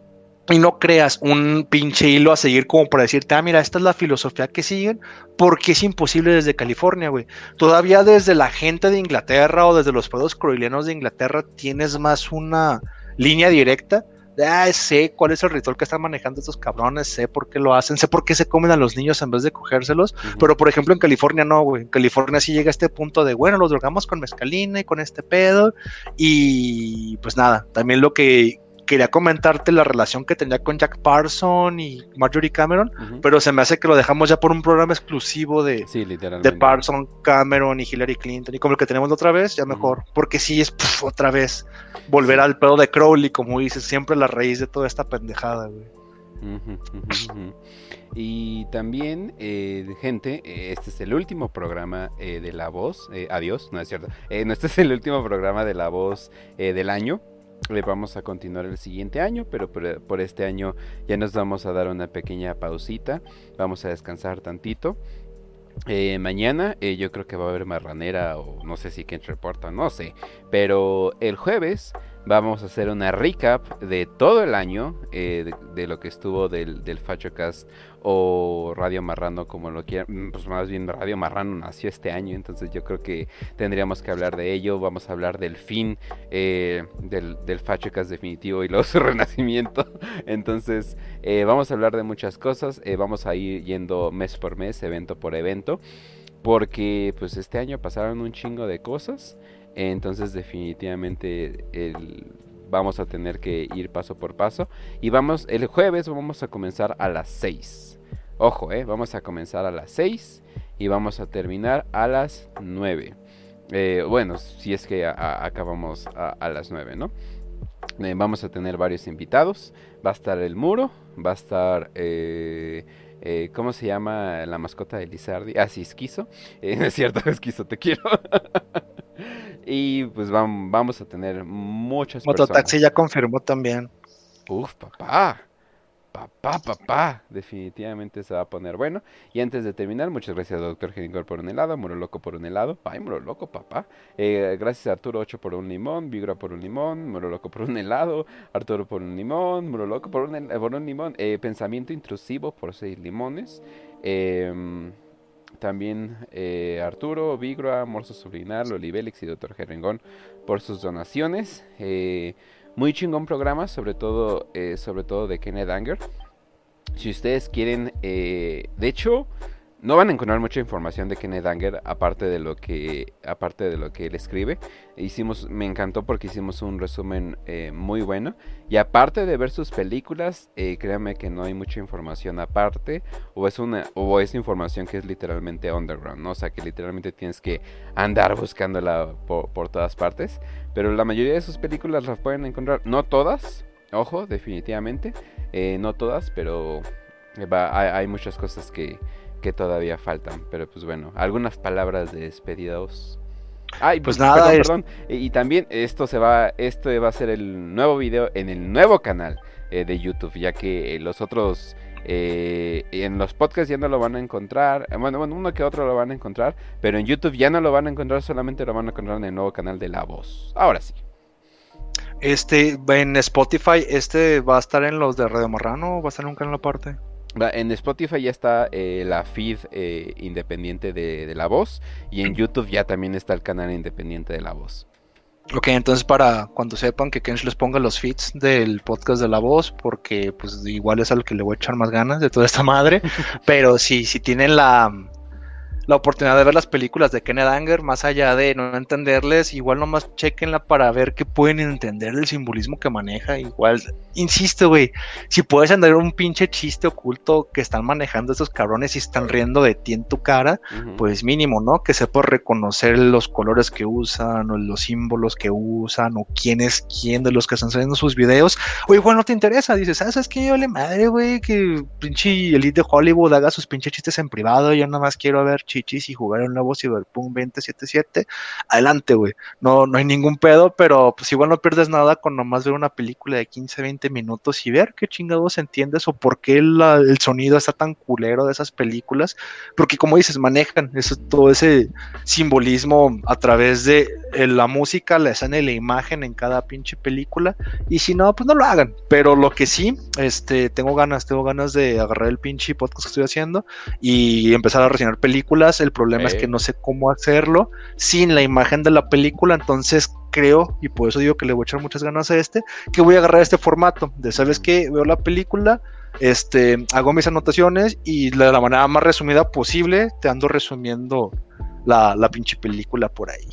Y no creas un pinche hilo a seguir como para decirte, ah, mira, esta es la filosofía que siguen, porque es imposible desde California, güey. Todavía desde la gente de Inglaterra o desde los pueblos crowleyanos de Inglaterra tienes más una línea directa. Ah, sé cuál es el ritual que están manejando estos cabrones, sé por qué lo hacen, sé por qué se comen a los niños en vez de cogérselos, uh-huh. Pero por ejemplo en California no, güey. En California sí llega a este punto de, bueno, los drogamos con mezcalina y con este pedo, y pues nada, también lo que... quería comentarte la relación que tenía con Jack Parson y Marjorie Cameron, uh-huh. Pero se me hace que lo dejamos ya por un programa exclusivo de, sí, de Parson, Cameron y Hillary Clinton, y como el que tenemos la otra vez, ya mejor, uh-huh. Porque sí es puf, otra vez volver sí. al pedo de Crowley, como dices, siempre la raíz de toda esta pendejada, güey. Uh-huh, uh-huh, uh-huh. Y también, eh, gente, eh, este es el último programa eh, de La Voz, eh, adiós, no es cierto, eh, no, este es el último programa de La Voz eh, del año. Le vamos a continuar el siguiente año, pero por, por este año ya nos vamos a dar una pequeña pausita, vamos a descansar tantito. Eh, mañana eh, yo creo que va a haber marranera o no sé si Kent reporta, no sé, pero el jueves vamos a hacer una recap de todo el año, eh, de, de lo que estuvo del, del FachoCast o Radio Marrano, como lo quieran, pues más bien Radio Marrano nació este año, entonces yo creo que tendríamos que hablar de ello. Vamos a hablar del fin eh, del, del FachoCast definitivo y luego su renacimiento, entonces eh, vamos a hablar de muchas cosas, eh, vamos a ir yendo mes por mes, evento por evento, porque pues este año pasaron un chingo de cosas. Entonces definitivamente el, vamos a tener que ir paso por paso. Y vamos, el jueves vamos a comenzar a las seis. Ojo, eh, vamos a comenzar a las seis y vamos a terminar a las nueve. Eh, bueno, si es que a, a, acabamos a, a las nueve, ¿no? Eh, vamos a tener varios invitados. Va a estar el Muro, va a estar... Eh, Eh, ¿cómo se llama la mascota de Lizardi? Ah, sí, Esquizo. Eh, no es cierto, Esquizo, te quiero. Y pues vamos, vamos a tener muchas Mototaxi personas. Mototaxi ya confirmó también. Uf, papá. Papá, papá. Definitivamente se va a poner bueno. Y antes de terminar, muchas gracias a doctor Geringor por un helado, Muro Loco por un helado. Ay, Muro Loco, papá. Eh, gracias a Arturo ocho por un limón, Vigra por un limón, Muro Loco por un helado, Arturo por un limón, Muro Loco por un, eh, por un limón. Eh, pensamiento intrusivo por seis limones. Eh... También eh, Arturo, Vigra, Morso Sublinar, Olivélix y doctor Gerringón por sus donaciones. Eh, muy chingón programa, sobre todo, eh, sobre todo de Kenneth Anger. Si ustedes quieren, eh, de hecho, no van a encontrar mucha información de Kenneth Anger aparte de lo que aparte de lo que él escribe. Hicimos, me encantó porque hicimos un resumen eh, muy bueno, y aparte de ver sus películas, eh, créanme que no hay mucha información aparte, o es una o es información que es literalmente underground, ¿no? O sea, que literalmente tienes que andar buscándola por, por todas partes, pero la mayoría de sus películas las pueden encontrar, no todas, ojo, definitivamente, eh, no todas, pero va, hay, hay muchas cosas que que todavía faltan, pero pues bueno, algunas palabras de despedidos. Ay, pues nada, perdón, es... perdón. Y, y también esto se va, esto va a ser el nuevo video en el nuevo canal eh, de YouTube, ya que eh, los otros eh, en los podcasts ya no lo van a encontrar. Bueno, bueno, uno que otro lo van a encontrar, pero en YouTube ya no lo van a encontrar, solamente lo van a encontrar en el nuevo canal de La Voz. Ahora sí. Este, en Spotify, este va a estar en los de Radio Marrano, o va a estar en un canal aparte. En Spotify ya está eh, la feed eh, independiente de, de La Voz, y en YouTube ya también está el canal independiente de La Voz. Ok, entonces para cuando sepan que Kench les ponga los feeds del podcast de La Voz, porque pues igual es al que le voy a echar más ganas de toda esta madre, pero si, si tienen la... la oportunidad de ver las películas de Kenneth Anger, más allá de no entenderles, igual nomás chequenla para ver que pueden entender el simbolismo que maneja. Igual, insisto, güey, si puedes entender un pinche chiste oculto que están manejando estos cabrones y están riendo de ti en tu cara, uh-huh. pues mínimo, ¿no? Que sepas reconocer los colores que usan, o los símbolos que usan, o quién es quién de los que están saliendo sus videos. O igual no te interesa, dices, ah, ¿sabes qué? Yo le madre, güey, que pinche elite de Hollywood haga sus pinches chistes en privado, yo nada más quiero ver chistes y jugar un nuevo Cyberpunk veinte setenta y siete, adelante, güey, no, no hay ningún pedo, pero pues igual no pierdes nada con nomás ver una película de quince, veinte minutos y ver qué chingados entiendes o por qué la, el sonido está tan culero de esas películas, porque como dices, manejan eso, todo ese simbolismo a través de la música, la escena y la imagen en cada pinche película, y si no, pues no lo hagan, pero lo que sí, este, tengo ganas, tengo ganas de agarrar el pinche podcast que estoy haciendo y empezar a reseñar películas. El problema eh. es que no sé cómo hacerlo sin la imagen de la película, entonces creo, y por eso digo que le voy a echar muchas ganas a este, que voy a agarrar este formato de, ¿sabes qué? Veo la película, este, hago mis anotaciones y de la manera más resumida posible te ando resumiendo la, la pinche película por ahí.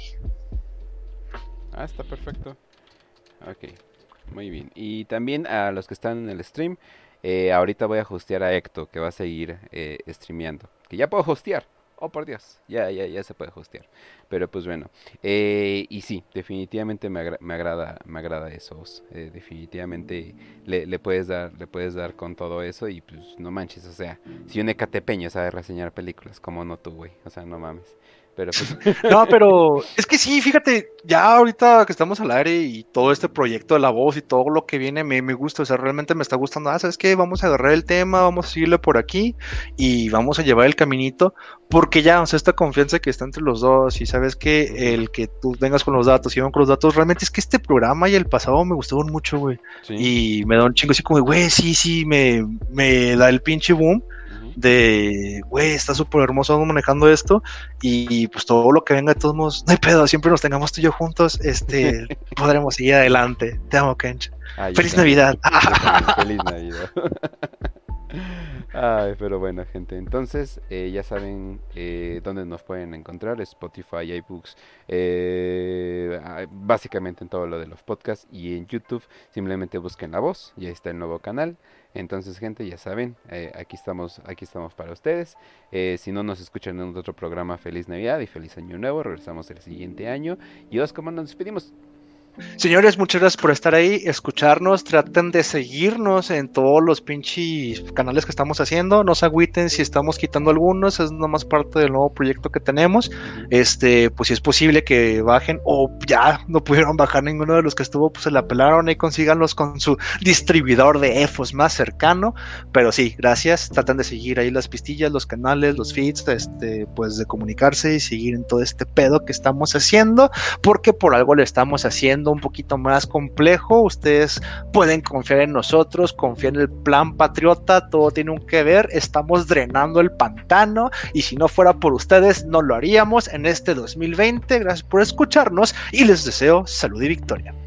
Ah, está perfecto. Ok, muy bien. Y también a los que están en el stream, eh, ahorita voy a hostear a Ecto, que va a seguir eh, streameando, que ya puedo hostear. Oh, por Dios, ya, ya, ya se puede hostear. Pero pues bueno, eh, y sí, definitivamente me, agra- me agrada, me agrada eso. Eh, definitivamente le, le puedes dar, le puedes dar con todo eso y pues no manches, o sea, si un ecatepeño sabe reseñar películas, como no tú, güey, o sea, no mames. Pero pues... No, pero es que sí, fíjate, ya ahorita que estamos al aire y todo este proyecto de La Voz y todo lo que viene me, me gusta, o sea, realmente me está gustando. Ah, ¿sabes qué? Vamos a agarrar el tema, vamos a seguirle por aquí y vamos a llevar el caminito, porque ya, o sea, esta confianza que está entre los dos y sabes que el que tú vengas con los datos y yo con los datos, realmente es que este programa y el pasado me gustaron mucho, güey. Sí. Y me da un chingo así como, güey, sí, sí, me, me da el pinche boom. De, güey, está súper hermoso manejando esto y pues todo lo que venga de todos modos, no hay pedo, siempre nos tengamos tú y yo juntos, este, podremos seguir adelante. Te amo, Kench. Ay, ¡Feliz Navidad! ¡Feliz Navidad! Ay, pero bueno, gente, entonces eh, ya saben eh, dónde nos pueden encontrar: Spotify, iBooks, eh, básicamente en todo lo de los podcasts, y en YouTube simplemente busquen La Voz, ya está el nuevo canal. Entonces, gente, ya saben, eh, aquí estamos, aquí estamos para ustedes. Eh, si no nos escuchan en otro programa, feliz Navidad y feliz Año Nuevo. Regresamos el siguiente año. Y os, ¿cómo nos despedimos? Señores, muchas gracias por estar ahí, escucharnos, traten de seguirnos en todos los pinches canales que estamos haciendo, no se agüiten si estamos quitando algunos, es nomás parte del nuevo proyecto que tenemos. Este, pues si es posible que bajen, o ya no pudieron bajar ninguno de los que estuvo, pues se la pelaron y consíganlos con su distribuidor de E F O S más cercano, pero sí, gracias, traten de seguir ahí las pistillas, los canales, los feeds, este, pues de comunicarse y seguir en todo este pedo que estamos haciendo, porque por algo le estamos haciendo un poquito más complejo. Ustedes pueden confiar en nosotros, confiar en el plan patriota, todo tiene un que ver, estamos drenando el pantano y si no fuera por ustedes no lo haríamos en este dos mil veinte. Gracias por escucharnos y les deseo salud y victoria.